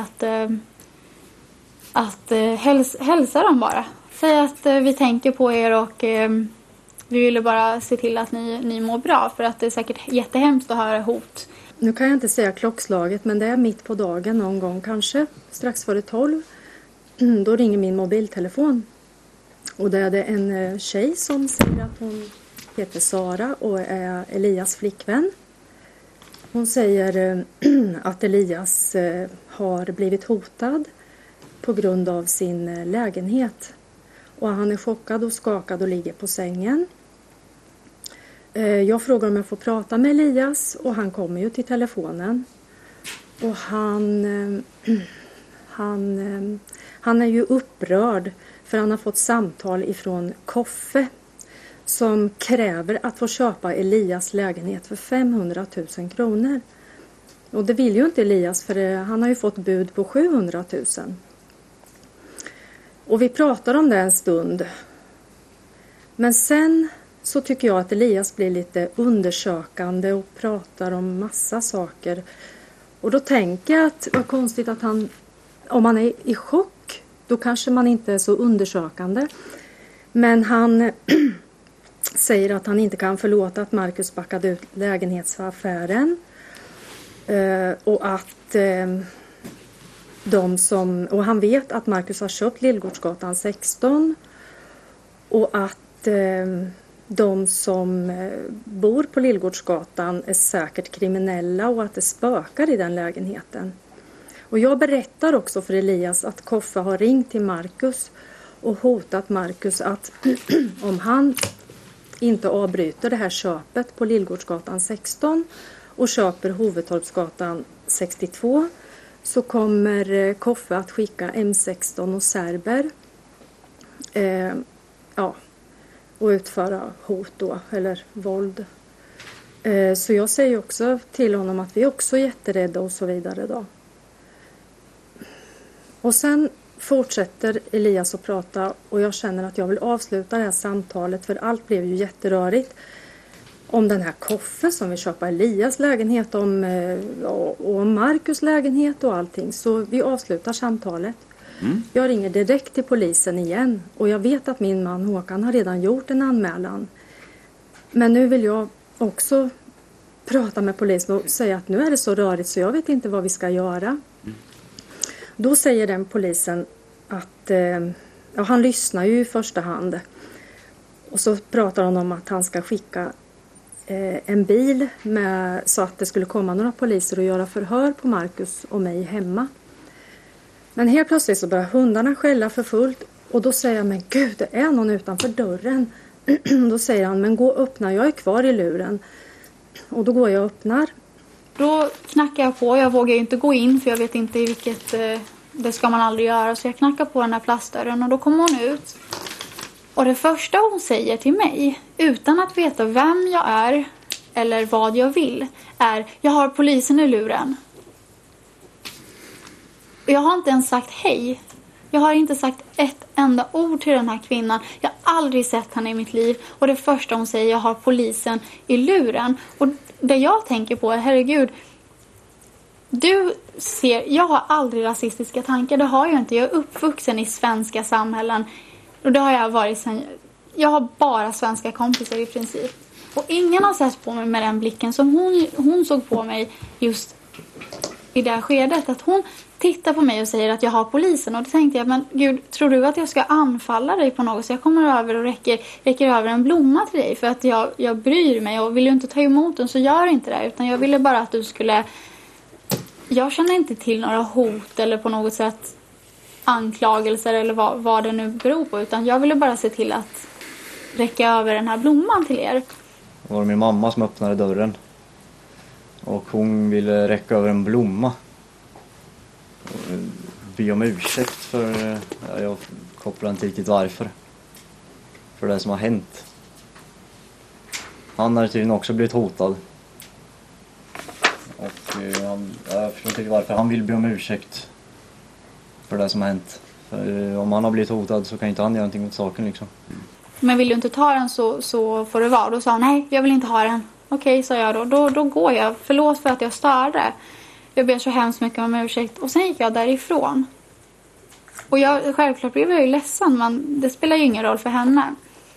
att hälsa dem bara. Säg att vi tänker på er och vi ville bara se till att ni mår bra. För att det är säkert jättehemskt att höra hot. Nu kan jag inte säga klockslaget, men det är mitt på dagen någon gång kanske. Strax före 12. Då ringer min mobiltelefon. Och det är det en tjej som säger att hon heter Sara och är Elias flickvän. Hon säger att Elias har blivit hotad på grund av sin lägenhet. Och han är chockad och skakad och ligger på sängen. Jag frågar om jag får prata med Elias och han kommer ju till telefonen. Och han är ju upprörd för han har fått samtal ifrån Koffe som kräver att få köpa Elias lägenhet för 500 000 kronor. Och det vill ju inte Elias för han har ju fått bud på 700 000. Och vi pratar om det en stund. Men sen så tycker jag att Elias blir lite undersökande och pratar om massa saker. Och då tänker jag att vad konstigt att om han är i chock, då kanske man inte är så undersökande. Men han säger att han inte kan förlåta att Marcus backade ut lägenhetsaffären. Och att och han vet att Marcus har köpt Lillgårdsgatan 16. Och att de som bor på Lillgårdsgatan är säkert kriminella och att det spökar i den lägenheten. Och jag berättar också för Elias att Koffe har ringt till Marcus och hotat Marcus att om han inte avbryter det här köpet på Lillgårdsgatan 16 och köper Hovetorpsgatan 62 så kommer Koffe att skicka M16 och serber och utföra hot då, eller våld. Så jag säger också till honom att vi är också jätterädda och så vidare då. Och sen fortsätter Elias att prata och jag känner att jag vill avsluta det här samtalet för allt blev ju jätterörigt. Om den här Koffe som vill köpa Elias lägenhet och Marcus lägenhet och allting. Så vi avslutar samtalet. Jag ringer direkt till polisen igen och jag vet att min man Håkan har redan gjort en anmälan. Men nu vill jag också prata med polisen och säga att nu är det så rörigt så jag vet inte vad vi ska göra. Då säger den polisen att han lyssnar ju i första hand. Och så pratar han om att han ska skicka en bil så att det skulle komma några poliser och göra förhör på Marcus och mig hemma. Men helt plötsligt så börjar hundarna skälla för fullt och då säger jag, men gud, det är någon utanför dörren. Då säger han, men gå och öppna, jag är kvar i luren. Och då går jag och öppnar. Då knackar jag på, jag vågar ju inte gå in för jag vet inte i vilket, det ska man aldrig göra. Så jag knackar på den här plastdörren och då kommer hon ut. Och det första hon säger till mig, utan att veta vem jag är eller vad jag vill, är, jag har polisen i luren. Jag har inte ens sagt hej. Jag har inte sagt ett enda ord till den här kvinnan. Jag har aldrig sett henne i mitt liv. Och det första hon säger, jag har polisen i luren. Och det jag tänker på är, herregud, jag har aldrig rasistiska tankar. Det har jag inte. Jag är uppvuxen i svenska samhällen. Och det har jag varit sen. Jag har bara svenska kompisar i princip. Och ingen har sett på mig med den blicken som hon såg på mig just i det här skedet. Att hon tittar på mig och säger att jag har polisen. Och då tänkte jag, men gud, tror du att jag ska anfalla dig på något? Så jag kommer över och räcker över en blomma till dig. För att jag bryr mig och vill ju inte ta emot den, så gör inte det. Utan jag ville bara att du skulle... Jag känner inte till några hot eller på något sätt anklagelser eller vad det nu beror på. Utan jag ville bara se till att räcka över den här blomman till er. Det var min mamma som öppnade dörren. Och hon ville räcka över en blomma. Be om ursäkt för jag kopplar inte riktigt varför. För det som har hänt. Han har tydligen också blivit hotad. Jag förstår inte varför han vill be om ursäkt för det som har hänt. För om han har blivit hotad så kan inte han göra någonting åt saken liksom. Men vill du inte ta den så får det vara. Då sa han, nej, jag vill inte ha den. Okej, sa jag då. Då går jag. Förlåt för att jag störde. Jag ber så hemskt mycket om ursäkt. Och sen gick jag därifrån. Och självklart blev jag ju ledsen. Men det spelar ju ingen roll för henne.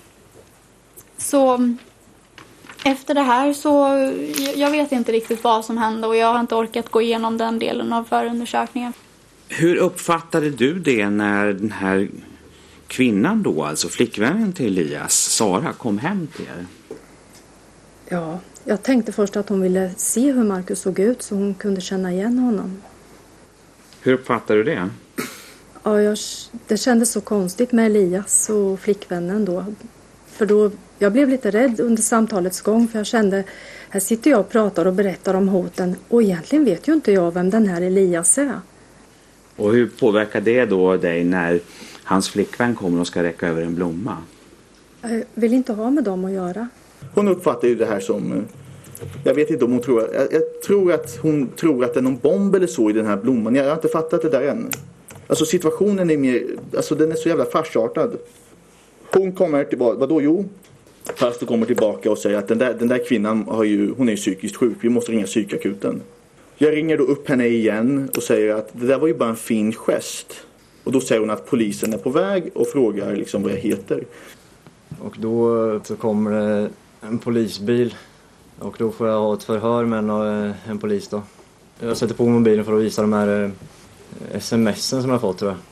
Så efter det här så... Jag vet inte riktigt vad som hände. Och jag har inte orkat gå igenom den delen av förundersökningen. Hur uppfattade du det när den här kvinnan då, alltså flickvännen till Elias, Sara, kom hem till er? Ja, jag tänkte först att hon ville se hur Marcus såg ut så hon kunde känna igen honom. Hur uppfattade du det? Ja, det kändes så konstigt med Elias och flickvännen då. För då, jag blev lite rädd under samtalets gång för jag kände, här sitter jag och pratar och berättar om hoten och egentligen vet ju inte jag vem den här Elias är. Och hur påverkar det då dig när hans flickvän kommer och ska räcka över en blomma? Jag vill inte ha med dem att göra. Hon uppfattar ju det här som... Jag vet inte om hon tror... Jag tror att hon tror att det är någon bomb eller så i den här blomman. Jag har inte fattat det där än. Alltså situationen är mer... Alltså den är så jävla farsartad. Hon kommer tillbaka... Vadå? Jo. Fast kommer tillbaka och säger att den där kvinnan hon är ju psykiskt sjuk. Vi måste ringa psykakuten. Jag ringer då upp henne igen och säger att det där var ju bara en fin gest. Och då säger hon att polisen är på väg och frågar liksom vad jag heter. Och då så kommer det en polisbil och då får jag ha ett förhör med en polis då. Jag sätter på mobilen för att visa de här sms'en som jag fått tror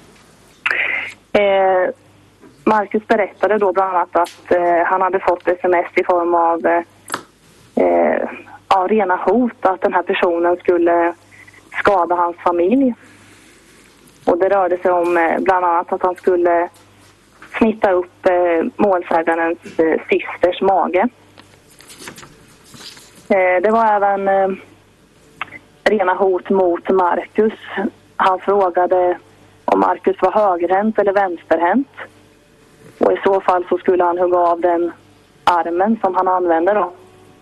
jag. Marcus berättade då bland annat att han hade fått sms i form av rena hot att den här personen skulle skada hans familj. Och det rörde sig om bland annat att han skulle snitta upp målsägandens systers mage. Det var även rena hot mot Marcus. Han frågade om Marcus var högerhänt eller vänsterhänt. Och i så fall så skulle han hugga av den armen som han använde då.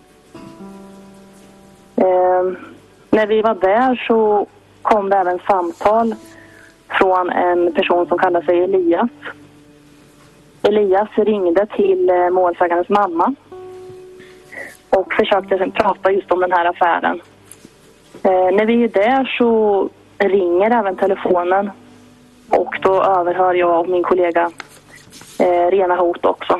När vi var där så kom det även samtal från en person som kallar sig Elias. Elias ringde till målsägandens mamma och försökte prata just om den här affären. När vi är där så ringer även telefonen och då överhör jag och min kollega rena hot också.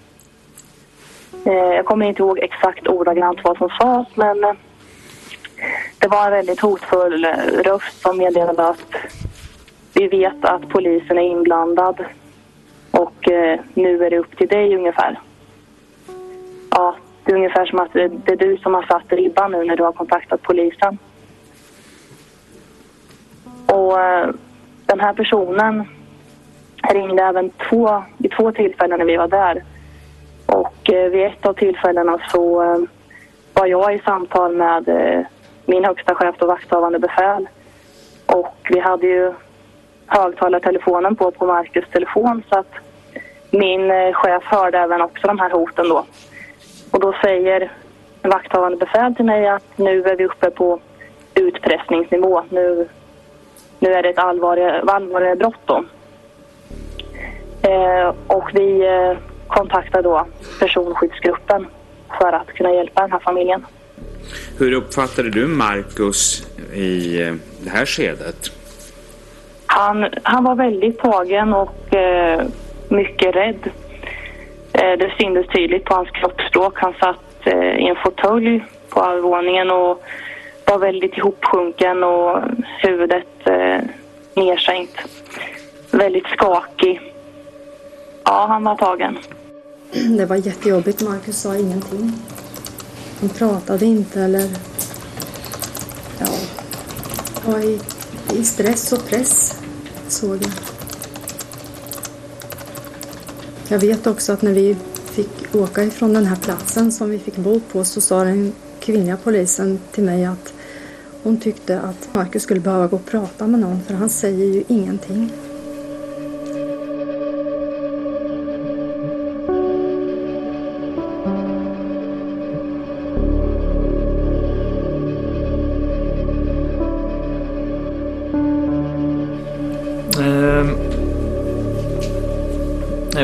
Jag kommer inte ihåg exakt ordagrant vad som sades, men det var en väldigt hotfull röst som meddelade att vi vet att polisen är inblandad och nu är det upp till dig ungefär. Ja, det är ungefär som att det är du som har satt ribban nu när du har kontaktat polisen. Och den här personen ringde även vid två tillfällen när vi var där. Och vid ett av tillfällena så var jag i samtal med min högsta chef och vakthavande befäl. Och vi hade ju högtalartelefonen på Marcus telefon så att min chef hörde även också de här hoten då. Och då säger en vakthavande befäl till mig att nu är vi uppe på utpressningsnivå. Nu är det ett allvarligare brott då. Och vi kontaktar då personskyddsgruppen för att kunna hjälpa den här familjen. Hur uppfattade du Marcus i det här skedet? Han var väldigt tagen och mycket rädd. Det syntes tydligt på hans kroppsspråk. Han satt i en fåtölj på övervåningen och var väldigt ihopsjunken och huvudet nedsänkt. Väldigt skakig. Ja, han var tagen. Det var jättejobbigt. Marcus sa ingenting. Han pratade inte eller... Ja, var i stress och press, såg jag. Jag vet också att när vi fick åka ifrån den här platsen som vi fick bo på så sa den kvinnliga polisen till mig att hon tyckte att Marcus skulle behöva gå och prata med någon för han säger ju ingenting.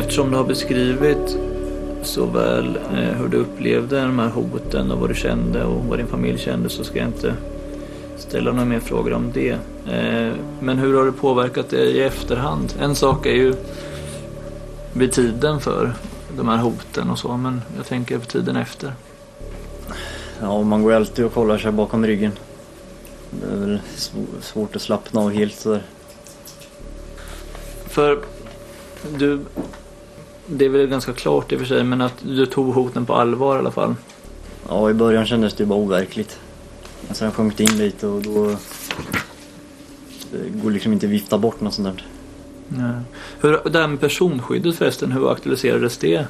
Eftersom du har beskrivit såväl hur du upplevde de här hoten och vad du kände och vad din familj kände, så ska jag inte ställa några mer frågor om det. Men hur har det påverkat dig i efterhand? En sak är ju vid tiden för de här hoten och så, men jag tänker på tiden efter. Ja, man går alltid och kollar sig bakom ryggen. Det är väl svårt att slappna av helt så där. För det är väl ganska klart i och för sig, men att du tog hoten på allvar i alla fall. Ja, i början kändes det bara overkligt. Men sen sjönk det in lite och då det går liksom inte att vifta bort något sånt där. Nej. Hur, det här med personskyddet förresten, hur aktualiserades det?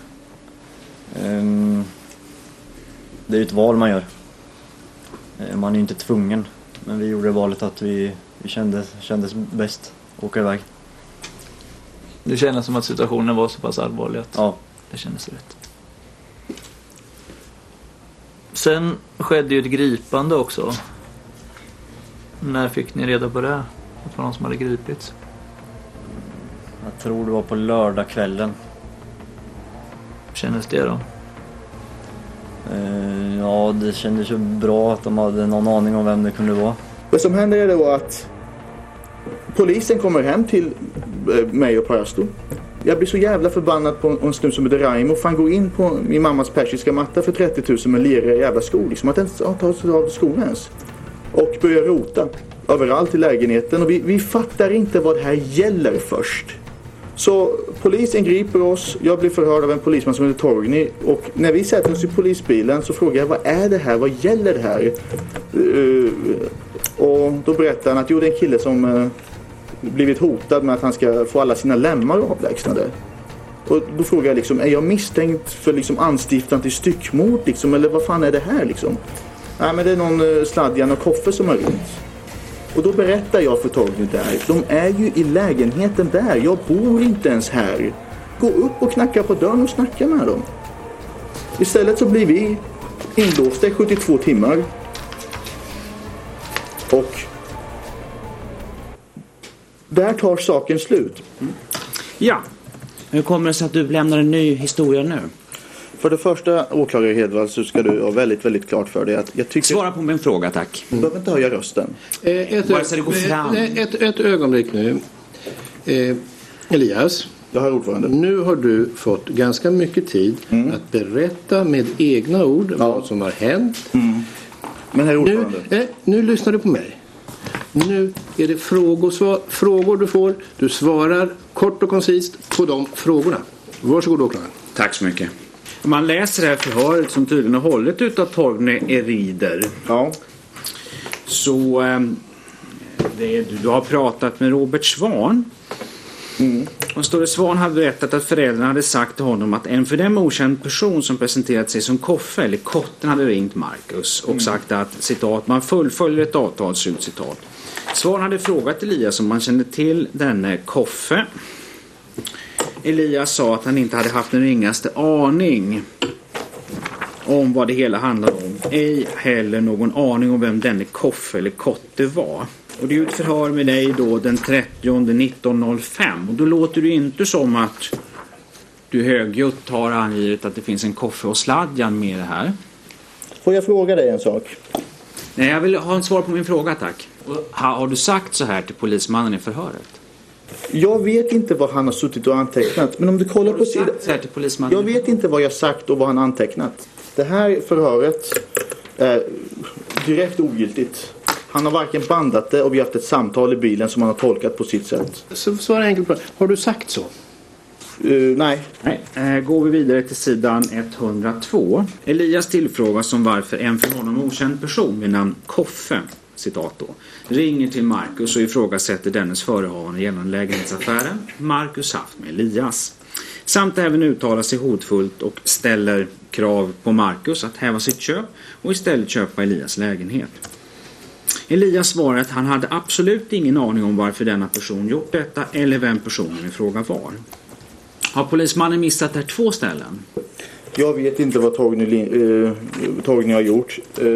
Det är ju ett val man gör. Man är ju inte tvungen. Men vi gjorde valet att vi kändes bäst att åka iväg. Det kändes som att situationen var så pass allvarlig att ja, det kändes rätt. Sen skedde ju ett gripande också. När fick ni reda på det? Att det var någon som hade gripits? Jag tror det var på lördagskvällen. Kändes det då? Ja, det kändes ju bra att de hade någon aning om vem det kunde vara. Det som händer är då att polisen kommer hem till mig och Parasto. Jag blir så jävla förbannad på en snut som heter Raimo. För han går in på min mammas persiska matta för 30 000 med lera jävla skor. Liksom att inte ta sig av skorna ens. Och börjar rota överallt i lägenheten. Och vi fattar inte vad det här gäller först. Så polisen griper oss. Jag blir förhörd av en polisman som heter Torgny. Och när vi sätter oss i polisbilen så frågar jag, vad är det här? Vad gäller det här? Och då berättar han att det är en kille som blivit hotad med att han ska få alla sina lemmar avlägsnade. Och då frågar jag liksom, är jag misstänkt för liksom anstiftan till styckmord liksom? Eller vad fan är det här liksom? Nej, men det är någon Sladjan och Koffe som har ringt. Och då berättar jag för Torgny där. De är ju i lägenheten där. Jag bor inte ens här. Gå upp och knacka på dörren och snacka med dem. Istället så blir vi inlåsta i 72 timmar. Och där tar saken slut. Ja, hur kommer det sig att du lämnar en ny historia nu? För det första, åklagare Hedvall, så ska du ha väldigt, väldigt klart för dig att jag tycker... Svara på min fråga, tack. Du behöver inte höja rösten. Ett ögonblick nu. Elias. Jag har ordförande. Nu har du fått ganska mycket tid att berätta med egna ord vad som har hänt. Men herr ordförande. Nu lyssnar du på mig. Nu är det frågor du får. Du svarar kort och koncist på de frågorna. Varsågod åklagaren. Tack så mycket. Om man läser det här förhöret som tydligen har hållit utav Torgny Erider. Ja. Så du har pratat med Robert Svan. Och står det, Svan hade berättat att föräldrarna hade sagt till honom att en för dem okänd person som presenterat sig som Koffe eller Kotten hade ringt Marcus och sagt att, citat, man fullföljer ett avtal, citat. Svan hade frågat Elias om man kände till denne Koffe. Elias sa att han inte hade haft den ringaste aning om vad det hela handlade om. Ej heller någon aning om vem denne Koffe eller Kotte var. Och det är ju ett förhör med dig då den 30/1905. Och då låter det inte som att du högljutt har angivit att det finns en Koffe och Sladjan med det här. Får jag fråga dig en sak? Nej, jag vill ha en svar på min fråga, tack. Har du sagt så här till polismannen i förhöret? Jag vet inte vad han har suttit och antecknat. Men om du kollar på sidan... Jag vet inte vad jag sagt och vad han antecknat. Det här förhöret är direkt ogiltigt. Han har varken bandat det och vi har haft ett samtal i bilen som han har tolkat på sitt sätt. Så svara enkelt på. Har du sagt så? Nej. Går vi vidare till sidan 102. Elias tillfrågas om varför en för honom okänd person med namn Koffe, citat då, ringer till Marcus och ifrågasätter dennes förehavande gällande lägenhetsaffären Marcus haft med Elias. Samt även uttalar sig hotfullt och ställer krav på Marcus att häva sitt köp och istället köpa Elias lägenhet. Elias svarar att han hade absolut ingen aning om varför denna person gjort detta eller vem personen i fråga var. Har polismannen missat där 2 ställen? Jag vet inte vad Torgny har gjort.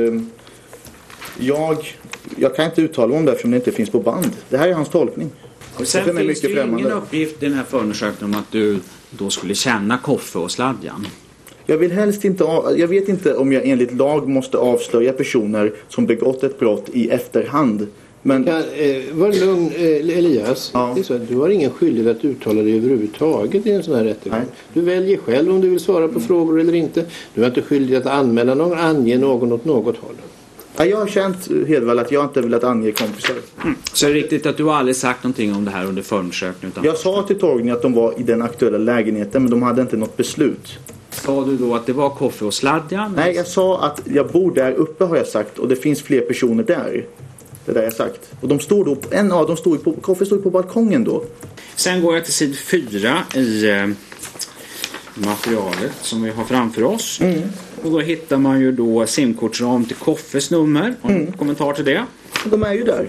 Jag kan inte uttala mig om det eftersom det inte finns på band. Det här är hans tolkning. Och sen finns det ju ingen uppgift i den här förundersökningen om att du då skulle känna Koffe och Sladjan? Jag vill helst inte jag vet inte om jag enligt lag måste avslöja personer som begått ett brott i efterhand. Men var lugn, Elias. Ja. Det är så att du har ingen skyldighet att uttala dig överhuvudtaget i en sån här rättegång. Du väljer själv om du vill svara på frågor eller inte. Du är inte skyldig att anmäla någon, ange någon åt något håll. Ja, jag har känt, Hedvall, att jag inte velat ange kompisar. Så är det riktigt att du har aldrig sagt någonting om det här under förundersökningen? Utan... Jag sa till Torgny att de var i den aktuella lägenheten, men de hade inte något beslut. Sa du då att det var Koffe och Sladjan? Nej, jag sa att jag bor där uppe, har jag sagt. Och det finns fler personer där. Det där jag sagt. Och de står då, en av dem står på, Koffe står på balkongen då. Sen går jag till sid 4 i materialet som vi har framför oss. Och då hittar man ju då simkortsram till Koffes nummer. Har du en kommentar till det? De är ju där.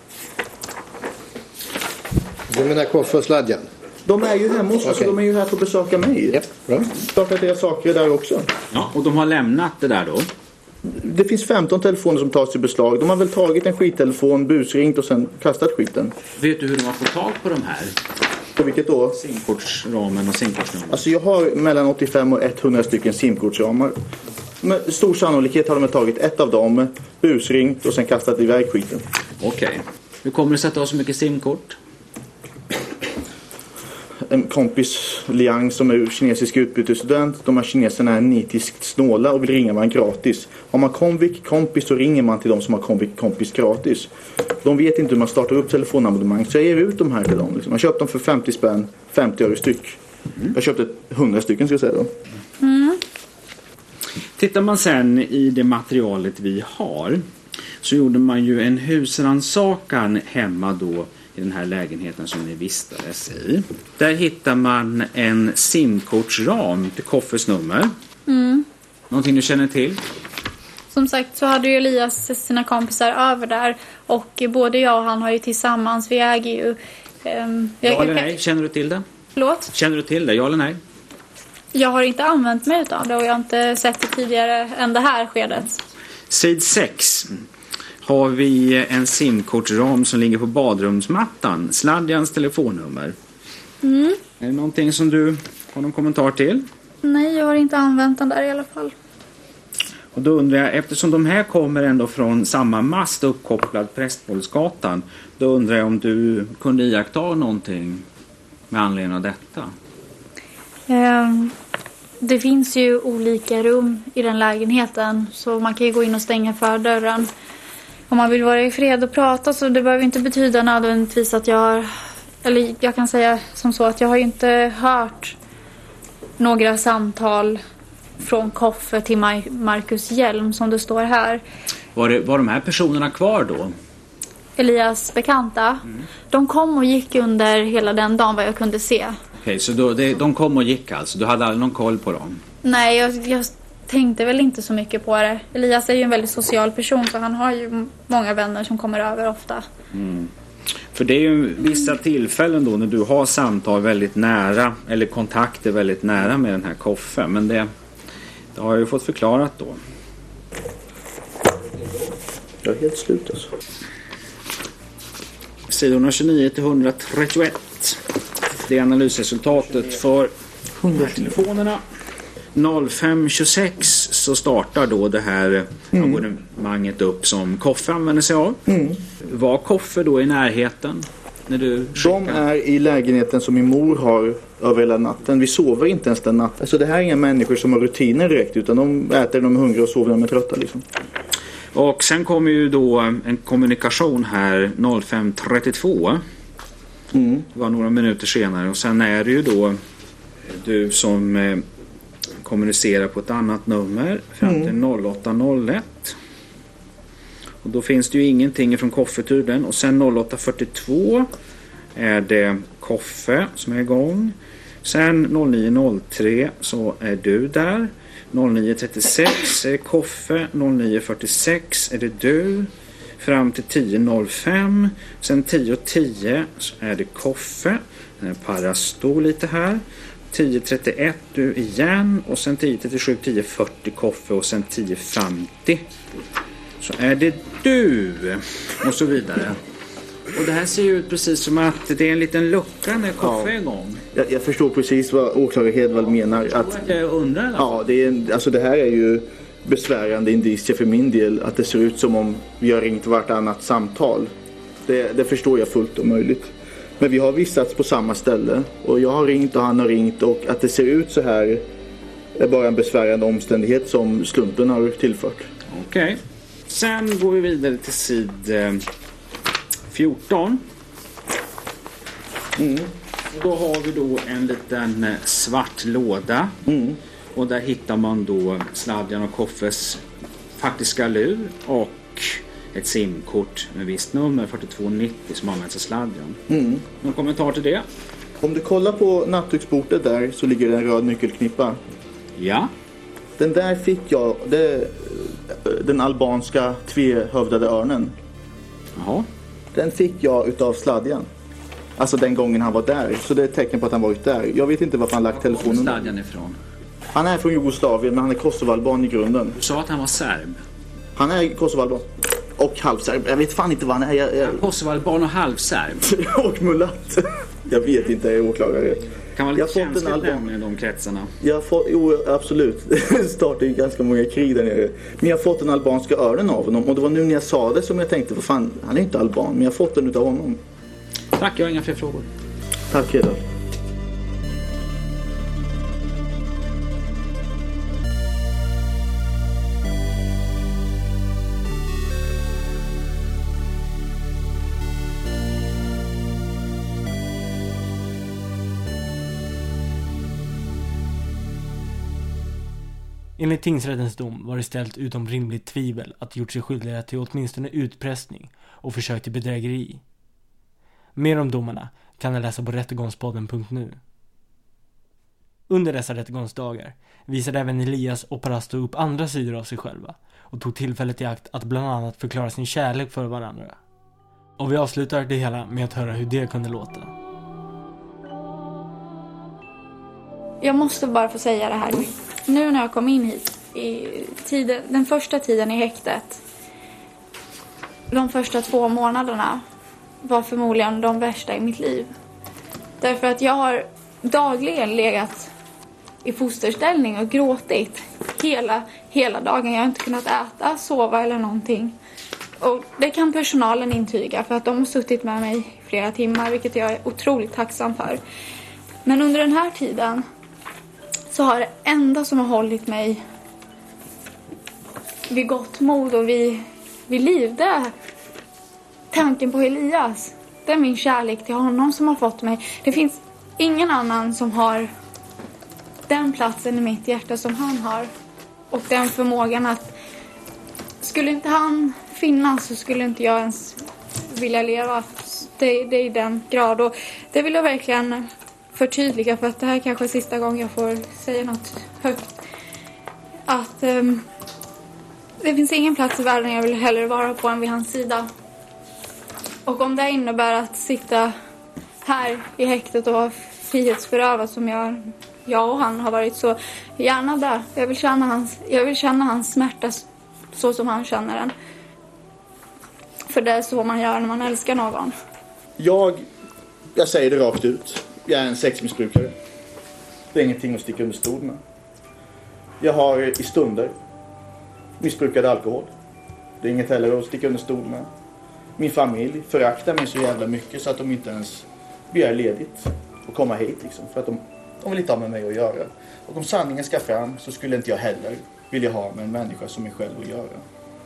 Du menar Koffe och Sladjan? De är ju hemma hos oss, de är ju här för att besöka mig. Ja, bra. Klart att deras saker är där också. Ja, och de har lämnat det där då? Det finns 15 telefoner som tas i beslag. De har väl tagit en skittelefon, busringt och sen kastat skiten. Vet du hur de har fått tag på de här? På vilket då? Simkortsramen och simkortsnummer. Alltså jag har mellan 85 och 100 stycken simkortsramar. Med stor sannolikhet har de tagit ett av dem, busringt och sen kastat iväg skiten. Okej. Hur kommer det sig att du har så mycket simkort? En kompis, Liang, som är kinesisk utbytesstudent. De här kineserna är nitiskt snåla och vill ringa man gratis. Har man kompis så ringer man till de som har kompis gratis. De vet inte hur man startar upp telefonabonnemang, så jag ger ut de här till dem. Liksom. Jag köpte dem för 50 spänn, 50 öre styck. Jag köpte 100 stycken, ska jag säga då. Tittar man sen i det materialet vi har, så gjorde man ju en husrannsakan hemma då i den här lägenheten som ni vistades i. Där hittar man en simkortsram till Koffes nummer. Någonting du känner till? Som sagt så hade ju Elias sina kompisar över där. Och både jag och han har ju tillsammans, vi äger ju... ja eller nej? Känner du till det? Förlåt? Känner du till det? Ja eller nej? Jag har inte använt mig av det och jag har inte sett det tidigare än det här skedet. Sid 6 har vi en simkortsram som ligger på badrumsmattan. Sladjans telefonnummer. Är det någonting som du har någon kommentar till? Nej, jag har inte använt den där i alla fall. Och då undrar jag, eftersom de här kommer ändå från samma mast uppkopplad Prästbollsgatan, då undrar jag om du kunde iaktta någonting med anledning av detta? Det finns ju olika rum i den lägenheten, så man kan ju gå in och stänga fördörren. Om man vill vara i fred och prata, så det behöver inte betyda nödvändigtvis att jag kan säga som så att jag har ju inte hört några samtal från Koffe till Marcus Hjelm som det står här. Var de här personerna kvar då? Elias bekanta. De kom och gick under hela den dagen vad jag kunde se. Okej, så de kom och gick alltså? Du hade aldrig någon koll på dem? Nej, jag tänkte väl inte så mycket på det. Elias är ju en väldigt social person, så han har ju många vänner som kommer över ofta. För det är ju vissa tillfällen då när du har samtal väldigt nära, eller kontakter väldigt nära med den här Koffe. Men det har jag ju fått förklarat då. Jag är helt slut alltså. Sidorna 29 till 131. Det är analysresultatet för 100 telefonerna. 05.26 så startar då det här abonnemanget upp som Koffe använder sig av. Var Koffe då i närheten när du skickade? De är i lägenheten som min mor har över hela natten. Vi sover inte ens den natten. Alltså det här är inga människor som har rutiner direkt, utan de äter när de är hungriga och sover när de är trötta liksom. Och sen kommer ju då en kommunikation här 05.32. Det var några minuter senare, och sen är det ju då du som kommunicerar på ett annat nummer fram till 08.01. Och då finns det ju ingenting från Koffeturen, och sen 08.42 är det Koffe som är igång. Sen 09.03 så är du där. 09.36 är det Koffe. 09.46 är det du. Fram till 10.05. Sen 10.10 så är det Koffe. Parastol lite här. 10.31 du igen. Och sen 10.37, 10.40 Koffe. Och sen 10.50 så är det du. Och så vidare. Och det här ser ju ut precis som att det är en liten lucka när Koffe är igång. Jag förstår precis vad åklagare Hedvall menar. Jag undrar. Ja, det här är ju besvärande indicier för min del. Att det ser ut som om vi har ringt vartannat samtal. Det förstår jag fullt och möjligt. Men vi har vistats på samma ställe. Och jag har ringt och han har ringt. Och att det ser ut så här är bara en besvärande omständighet som slumpen har tillfört. Okej. Sen går vi vidare till sid 14. Då har vi då en liten svart låda. Och där hittar man då Sladjan och Koffes faktiska lur och ett simkort med visst nummer 4290 som används av Sladjan. Någon kommentar till det? Om du kollar på nattduksbordet där så ligger det en röd nyckelknippa. Ja. Den där fick jag, den albanska tvehövdade örnen. Jaha. Den fick jag utav Sladjan. Alltså den gången han var där. Så det är ett tecken på att han varit där. Jag vet inte varför han lagt telefonen. Var Sladjan ifrån? Han är från Jugoslavien men han är kosovoalban i grunden. Du sa att han var serb. Han är kosovoalban. Och halvserb. Jag vet fan inte vad han är. Kosovoalban och halvserb. Och mulatt. Jag vet inte, jag är åklagare. Kan vara lite känsligt nämligen i de kretsarna. Jo, absolut. Det startar ju ganska många krig där nere. Men jag har fått den albanska ören av honom. Och det var nu när jag sa det som jag tänkte, vad fan, han är inte alban. Men jag har fått den utav honom. Tack, jag har inga fler frågor. Tack, Hedvall. Enligt tingsrättens dom var det ställt utom rimligt tvivel att gjort sig skyldiga till åtminstone utpressning och försök till bedrägeri. Mer om domarna kan ni läsa på rättegångspodden.nu. Under dessa rättegångsdagar visade även Elias och Parasto upp andra sidor av sig själva och tog tillfället i akt att bland annat förklara sin kärlek för varandra. Och vi avslutar det hela med att höra hur det kunde låta. Jag måste bara få säga det här. Nu när jag kom in hit, den första tiden i häktet, de första 2 månaderna var förmodligen de värsta i mitt liv. Därför att jag har dagligen legat i fosterställning och gråtit hela dagen. Jag har inte kunnat äta, sova eller någonting. Och det kan personalen intyga för att de har suttit med mig i flera timmar, vilket jag är otroligt tacksam för. Men under den här tiden så har det enda som har hållit mig vid gott mod och vid liv, det är tanken på Elias. Det är min kärlek till honom som har fått mig. Det finns ingen annan som har den platsen i mitt hjärta som han har. Och den förmågan att skulle inte han finnas så skulle inte jag ens vilja leva. Det är den grad. Och det vill jag verkligen förtydliga, för att det här kanske är sista gången jag får säga något högt. Att det finns ingen plats i världen jag vill hellre vara på än vid hans sida. Och om det innebär att sitta här i häktet och vara frihetsberövad som jag och han har varit, så gärna där. Jag vill känna hans smärta så som han känner den. För det är så man gör när man älskar någon. Jag säger det rakt ut. Jag är en sexmissbrukare. Det är ingenting att sticka under stol med. Jag har i stunder missbrukat alkohol. Det är inget heller att sticka under stol med. Min familj föraktar mig så jävla mycket så att de inte ens begär ledigt och komma hit liksom, för att de vill inte ha med mig att göra. Och om sanningen ska fram så skulle inte jag heller vilja ha med en människa som mig själv att göra.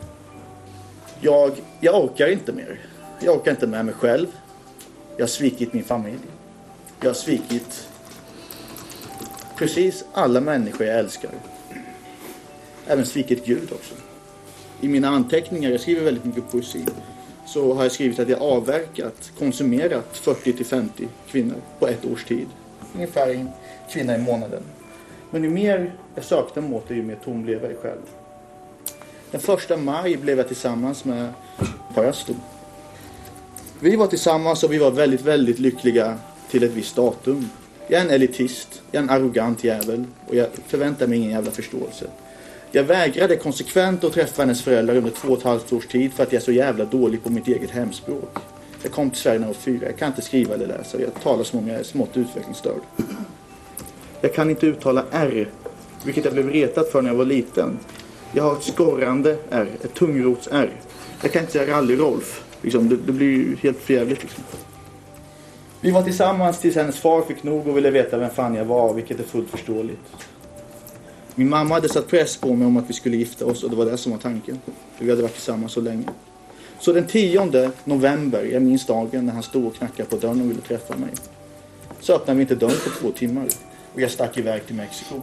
Jag orkar inte mer. Jag orkar inte med mig själv. Jag har svikit min familj. Jag har svikit precis alla människor jag älskar. Även svikit Gud också. I mina anteckningar, jag skriver väldigt mycket poesi, så har jag skrivit att jag konsumerat 40-50 kvinnor på ett års tid. Ungefär en kvinna i månaden. Men ju mer jag sökte mot det, ju mer tom blev jag själv. Den 1 maj blev jag tillsammans med Parasto. Vi var tillsammans och vi var väldigt, väldigt lyckliga till ett visst datum. Jag är en elitist, jag är en arrogant jävel och jag förväntar mig ingen jävla förståelse. Jag vägrade konsekvent att träffa hennes föräldrar under 2,5 års tid för att jag är så jävla dålig på mitt eget hemspråk. Jag kom till Sverige när jag var 4. Jag kan inte skriva eller läsa. Jag talar som om jag är smått utvecklingsstörd. Jag kan inte uttala R, vilket jag blev retad för när jag var liten. Jag har ett skorrande R, ett tungrots-R. Jag kan inte säga rally-Rolf. Liksom, det blir ju helt förjävligt. Liksom. Vi var tillsammans tills hennes far fick nog och ville veta vem fan jag var, vilket är fullt förståeligt. Min mamma hade satt press på mig om att vi skulle gifta oss och det var det som var tanken. För vi hade varit tillsammans så länge. Så den 10 november, jag minns dagen när han stod och knackade på dörren och ville träffa mig. Så öppnade vi inte dörren på 2 timmar och jag stack iväg till Mexiko.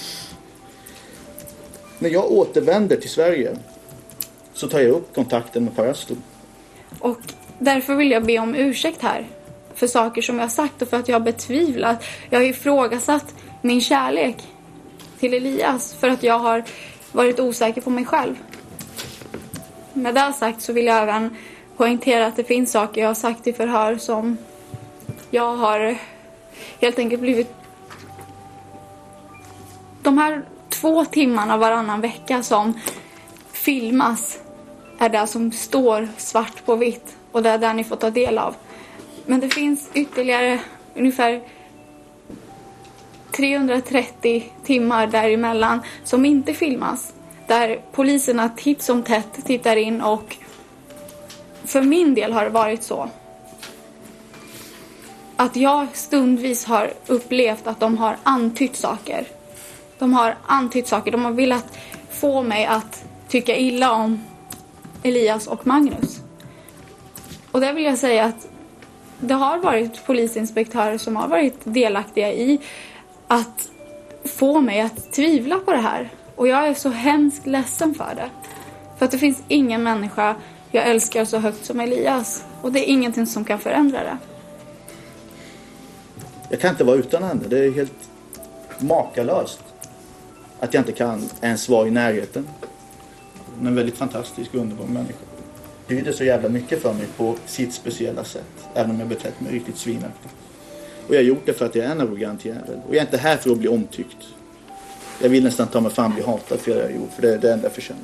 När jag återvänder till Sverige så tar jag upp kontakten med Parasto. Och därför vill jag be om ursäkt här för saker som jag sagt och för att jag har betvivlat. Jag har ifrågasatt min kärlek till Elias för att jag har varit osäker på mig själv. Med det sagt så vill jag även poängtera att det finns saker jag har sagt i förhör som jag har helt enkelt blivit... De här 2 timmarna varannan vecka som filmas är det som står svart på vitt och det är där ni får ta del av. Men det finns ytterligare ungefär 330 timmar däremellan som inte filmas. Där poliserna titt som tätt tittar in och för min del har det varit så att jag stundvis har upplevt att de har antytt saker. De har velat få mig att tycka illa om Elias och Magnus. Och där vill jag säga att det har varit polisinspektörer som har varit delaktiga i att få mig att tvivla på det här. Och jag är så hemskt ledsen för det. För att det finns ingen människa jag älskar så högt som Elias. Och det är ingenting som kan förändra det. Jag kan inte vara utan henne. Det är helt makalöst att jag inte kan ens vara i närheten. Hon är en väldigt fantastisk och underbar människa. Det betyder så jävla mycket för mig på sitt speciella sätt. Även om jag betett mig riktigt svinaktigt. Och jag har gjort det för att jag är en arrogant jävel. Och jag är inte här för att bli omtyckt. Jag vill nästan ta mig fram bli hatad för det jag har gjort. För det är det enda jag förtjänar.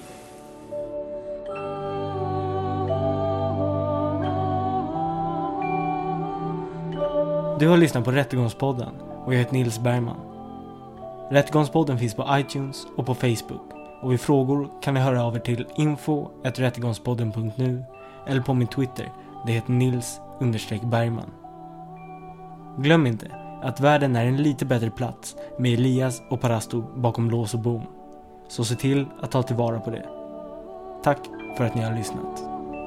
Du har lyssnat på Rättegångspodden och jag heter Nils Bergman. Rättegångspodden finns på iTunes och på Facebook. Och vid frågor kan ni höra av er till info@rättegångspodden.nu eller på min Twitter. Det heter Nils_Bergman. Glöm inte att världen är en lite bättre plats med Elias och Parasto bakom lås och bom. Så se till att ta tillvara på det. Tack för att ni har lyssnat.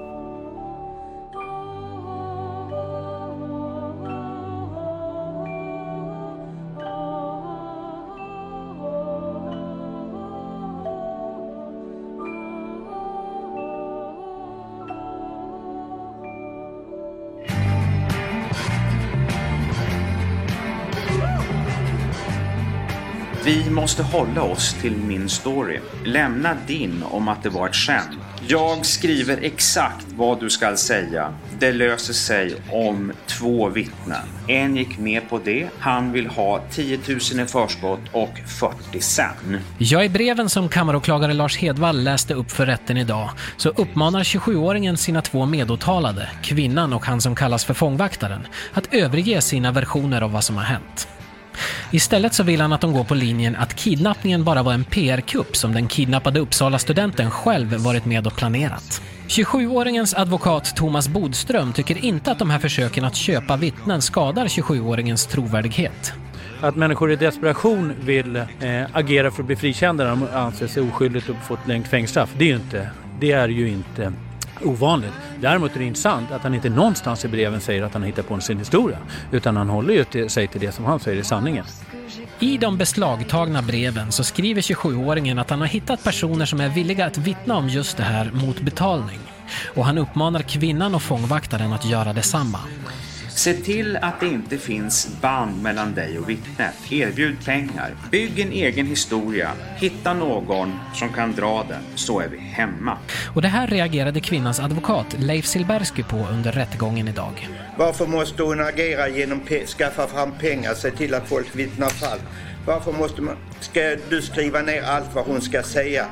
Vi måste hålla oss till min story. Lämna din om att det var ett skämt. Jag skriver exakt vad du ska säga. Det löser sig om 2 vittnen. En gick med på det. Han vill ha 10 000 i förskott och 40 sen. Ja, i breven som kammaråklagare Lars Hedvall läste upp för rätten idag så uppmanar 27-åringen sina 2 medåtalade, kvinnan och han som kallas för fångvaktaren, att överge sina versioner av vad som har hänt. Istället så vill han att de går på linjen att kidnappningen bara var en PR-kupp som den kidnappade Uppsala-studenten själv varit med och planerat. 27-åringens advokat Thomas Bodström tycker inte att de här försöken att köpa vittnen skadar 27-åringens trovärdighet. Att människor i desperation vill agera för att bli frikända när de anser sig oskyldigt och fått längt fängelsestraff, det är ju inte ovanligt. Däremot är det intressant att han inte någonstans i breven säger att han hittar på sin historia, utan han håller ju sig till det som han säger är sanningen. I de beslagtagna breven så skriver 27-åringen att han har hittat personer som är villiga att vittna om just det här mot betalning. Och han uppmanar kvinnan och fångvaktaren att göra detsamma. Se till att det inte finns band mellan dig och vittnet. Erbjud pengar. Bygg en egen historia. Hitta någon som kan dra den, så är vi hemma. Och det här reagerade kvinnans advokat Leif Silbersky på under rättegången idag. Varför måste hon agera genom skaffa fram pengar, se till att folk vittnar fall? Varför ska du skriva ner allt vad hon ska säga?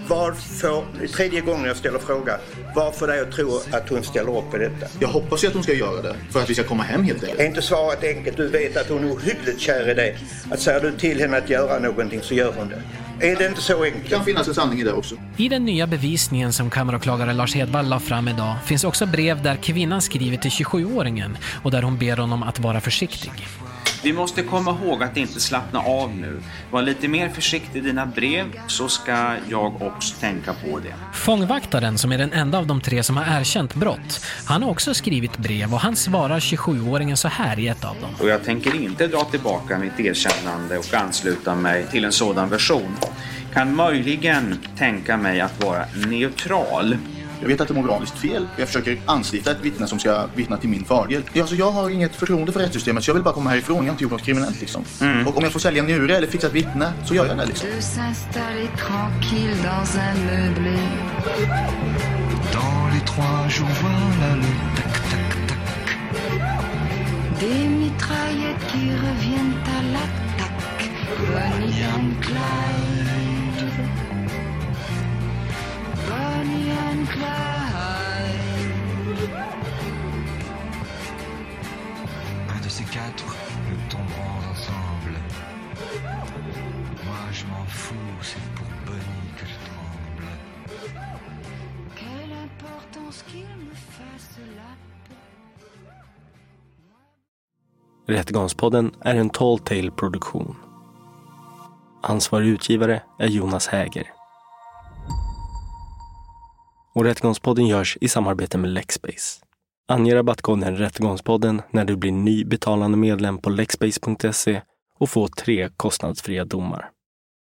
Tredje gången jag ställer frågan, varför det jag tror att hon ställer upp på detta? Jag hoppas ju att hon ska göra det för att vi ska komma hem helt enkelt. Är inte svaret enkelt? Du vet att hon är ohyggligt kär i dig. Att säger du till henne att göra någonting så gör hon det. Är det inte så enkelt? Det kan finnas en sanning i det också. I den nya bevisningen som kammaråklagare Lars Hedvall la fram idag finns också brev där kvinnan skriver till 27-åringen och där hon ber honom att vara försiktig. Vi måste komma ihåg att inte slappna av nu. Var lite mer försiktig i dina brev så ska jag också tänka på det. Fångvaktaren, som är den enda av de 3 som har erkänt brott, han har också skrivit brev och han svarar 27-åringen så här i ett av dem. Och jag tänker inte dra tillbaka mitt erkännande och ansluta mig till en sådan version. Kan möjligen tänka mig att vara neutral. Jag vet att det är moraliskt fel. Jag försöker anslita ett vittne som ska vittna till min fördel. Alltså, jag har inget förtroende för rättssystemet så jag vill bara komma härifrån. Jag har inte gjort något kriminellt liksom. Och om jag får sälja en njure eller fixa ett vittne så gör jag det liksom. De s'installer tranquille dans un meublé. Dans les 3 jours voilà le tac tac tac. Des mitraillettes qui reviennent à l'attaque. Bonnie and Clyde. Bonnie and Clyde. Un de ces 4, nous tomberons ensemble. Moi je m'en fous, c'est pour Bonnie que je tremble. Quelle importance qu'il me fasse la peau. Rättegångspodden är en Tall Tale-produktion. Ansvarig utgivare är Jonas Häger. Och Rättegångspodden görs i samarbete med Lexbase. Ange rabattkoden Rättegångspodden när du blir ny betalande medlem på lexbase.se och få 3 kostnadsfria domar.